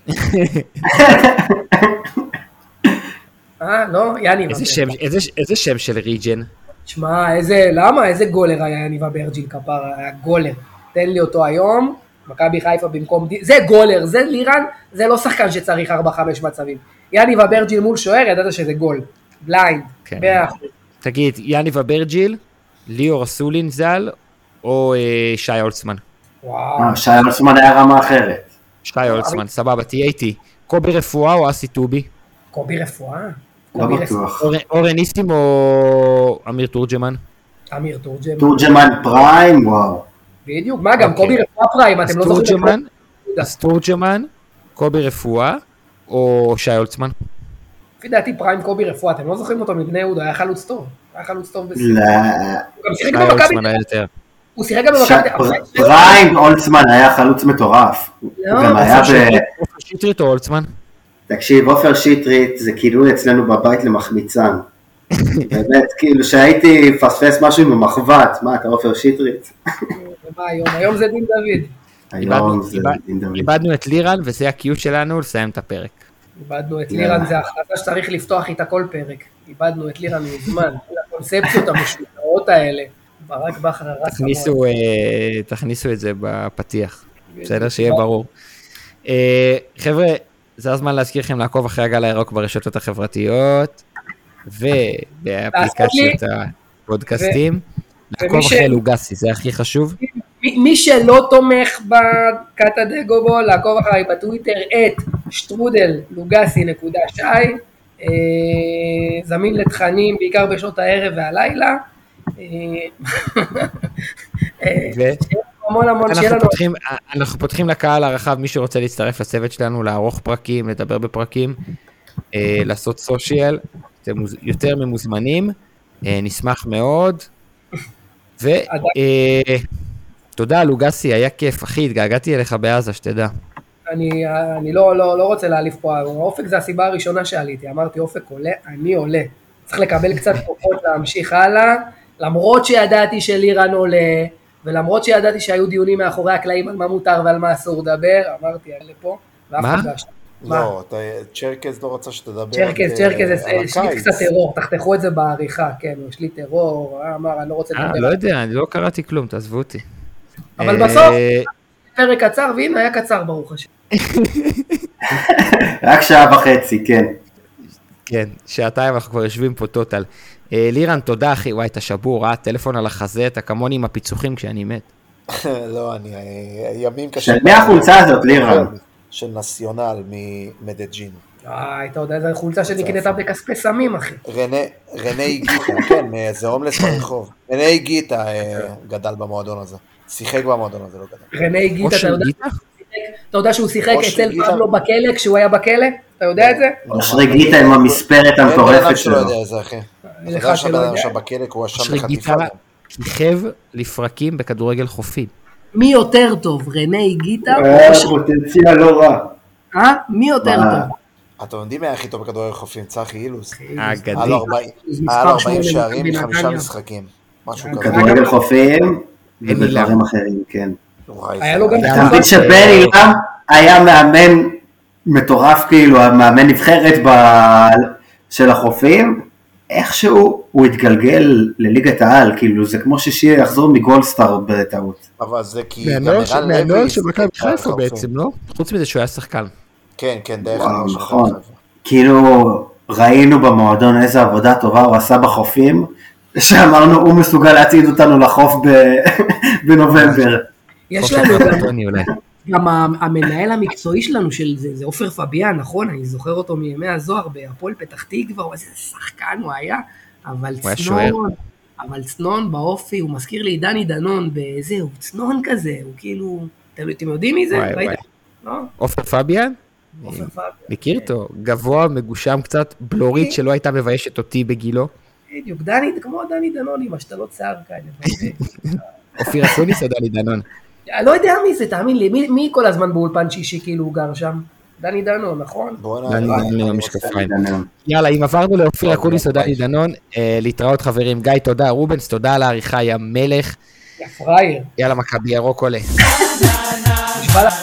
אה, לא? יניב. איזה שם של ריג'ן? שמע, איזה, למה? איזה גולר היה יניב אברג'יל כפר, היה גולר. תן לי אותו היום, מכבי חיפה במקום, זה גולר, זה לירן, זה לא שחקן שצריך ארבע חמש מצבים. יניב אברג'יל מול שוער, ידעת שזה גול. בליינד, מאה אחוז. תגיד, יניב אברג'יל, ליאור אסולין ז"ל, או שי אולצמן? וואו. שי אולצמן היה רמה אחרת. שי אולצמן, סבבה, תהיה איתי. קובי רפואה או אסי טובי? קובי רפואה? לא בטוח. אורן ניסים או אמיר תורג'מן? אמיר תורג'מן. תורג'מן פריים, וואו. בדיוק, מה גם, קובי רפואה פריים, אתם לא זוכרים? אז תורג'מן, קובי רפואה או שי אולצמן? לפי דעתי פריים קובי רפואה, אתם לא זוכרים אותו מבני יהודה, היה חלוץ טוב. היה חלוץ טוב בסדר. לא. הוא גם שיחק גם במכבי. הוא שיחק גם במכבי. פריים אולצמן היה חלוץ מטורף. הוא גם היה ב... עופר שטרית או אולצמן? תקשיב, עופר שטרית זה כאילו אצלנו בבית למחמיצן. באמת, כאילו שהייתי פספס משהו עם המחבת, מה אתה עופר שטרית? היום זה דין דוד. היום זה דין דוד. איבדנו את לירן וזה הקיו שלנו לסיים את הפרק. איבדנו את לירן, זה החלטה שצריך לפתוח איתה כל פרק. איבדנו את לירן מזמן, הקונספציות המשותפות האלה. ברק בכר רץ כמוה. תכניסו את זה בפתיח, בסדר? שיהיה ברור. חבר'ה, זה הזמן להזכיר לכם לעקוב אחרי הגל הירוק ברשתות החברתיות, ובאפליקציות הפודקאסטים, לעקוב אחרי לוגסי, זה הכי חשוב. מי שלא תומך בקאטה דגובו, לעקוב אחרי בטוויטר את שטרודל לוגסי נקודה שי, זמין לתכנים בעיקר בשעות הערב והלילה. אנחנו פותחים לקהל הרחב, מי שרוצה להצטרף לצוות שלנו, לערוך פרקים, לדבר בפרקים, לעשות סושיאל, אתם יותר ממוזמנים, נשמח מאוד, ותודה לוגסי, היה כיף, אחי, התגעגעתי אליך בעזה, שתדע. אני לא רוצה להעליף פה, אופק זה הסיבה הראשונה שעליתי, אמרתי אופק עולה, אני עולה, צריך לקבל קצת כוחות להמשיך הלאה, למרות שידעתי שלירן עולה, ולמרות שידעתי שהיו דיונים מאחורי הקלעים על מה מותר ועל מה אסור לדבר, אמרתי אלה פה, ואף אחד לא אשתה. לא, צ'רקז לא רצה שתדבר. צ'רקז, צ'רקז, יש לי קצת טרור, תחתכו את זה בעריכה, כן, יש לי טרור, אמר, אני לא רוצה לדבר. לא יודע, אני לא קראתי כלום, תעזבו אותי. אבל בסוף, פרק קצר, והנה היה קצר ברוך השם. רק שעה וחצי, כן. כן, שעתיים אנחנו כבר יושבים פה טוטל. לירן, תודה אחי, וואי, אתה שבור, אה, טלפון על החזה, אתה כמוני עם הפיצוחים כשאני מת. לא, אני, ימים קשה. של מי החולצה הזאת, לירן? של נסיונל ממדג'ין. אה, אתה יודע, זו חולצה שנקנתה בכספי סמים, אחי. רני גיטה, כן, זה הומלס ברחוב. רני גיטה גדל במועדון הזה. שיחק במועדון הזה, לא גדל. רני גיטה, אתה יודע? אתה יודע שהוא שיחק אצל פבלו בכלא, כשהוא היה בכלא? אתה יודע את זה? אושרי גיטה עם המספרת המטורפת שלו. אין בן אדם שלא יודע את זה, אחי. אתה יודע שבן אדם שבכלא, הוא אשם בחטיפה. כיכב לפרקים בכדורגל חופים. מי יותר טוב, רני גיטה? פוטנציאל לא רע. אה? מי יותר טוב? אתם יודעים מה הכי טוב בכדורגל חופים? צחי אילוז. אגדי. היה לו ארבעים שערים מחמישה משחקים. כדורגל חופים ובדברים אחרים, כן. היה לו גם... אתה מבין שבן אילם היה מאמן מטורף, כאילו, המאמן נבחרת של החופים, איכשהו הוא התגלגל לליגת העל, כאילו, זה כמו ששיהיה יחזור מגולדסטאר בטעות. אבל זה כי... מהנוער של מכבי חיפה בעצם, לא? חוץ מזה שהוא היה שחקן. כן, כן, דרך הנוער של מכבי חיפה. כאילו, ראינו במועדון איזה עבודה טובה הוא עשה בחופים, שאמרנו, הוא מסוגל להצעיד אותנו לחוף בנובמבר. יש לנו גם המנהל המקצועי שלנו של זה, זה אופר פביאן, נכון? אני זוכר אותו מימי הזוהר בהפועל פתח תקווה, איזה שחקן הוא היה, אבל צנון, אבל צנון באופי, הוא מזכיר לי דני דנון באיזה, הוא צנון כזה, הוא כאילו, אתם יודעים מי זה? אופר פביאן? מכיר אותו, גבוה, מגושם קצת, בלורית שלא הייתה מביישת אותי בגילו. בדיוק, דני, כמו דני דנון עם השתלות שיער כאלה. אופיר אקוניס או דני דנון? לא יודע מי זה, תאמין לי, מי כל הזמן באולפן שישי כאילו הוא גר שם? דני דנון, נכון? דני דנון עם המשקפיים. יאללה, אם עברנו לאופיר אקוניס או דני דנון, להתראות חברים, גיא תודה, רובנס תודה על העריכה, יא מלך. יא פרייר. יאללה, מכבי ירוק עולה. נשבע לך.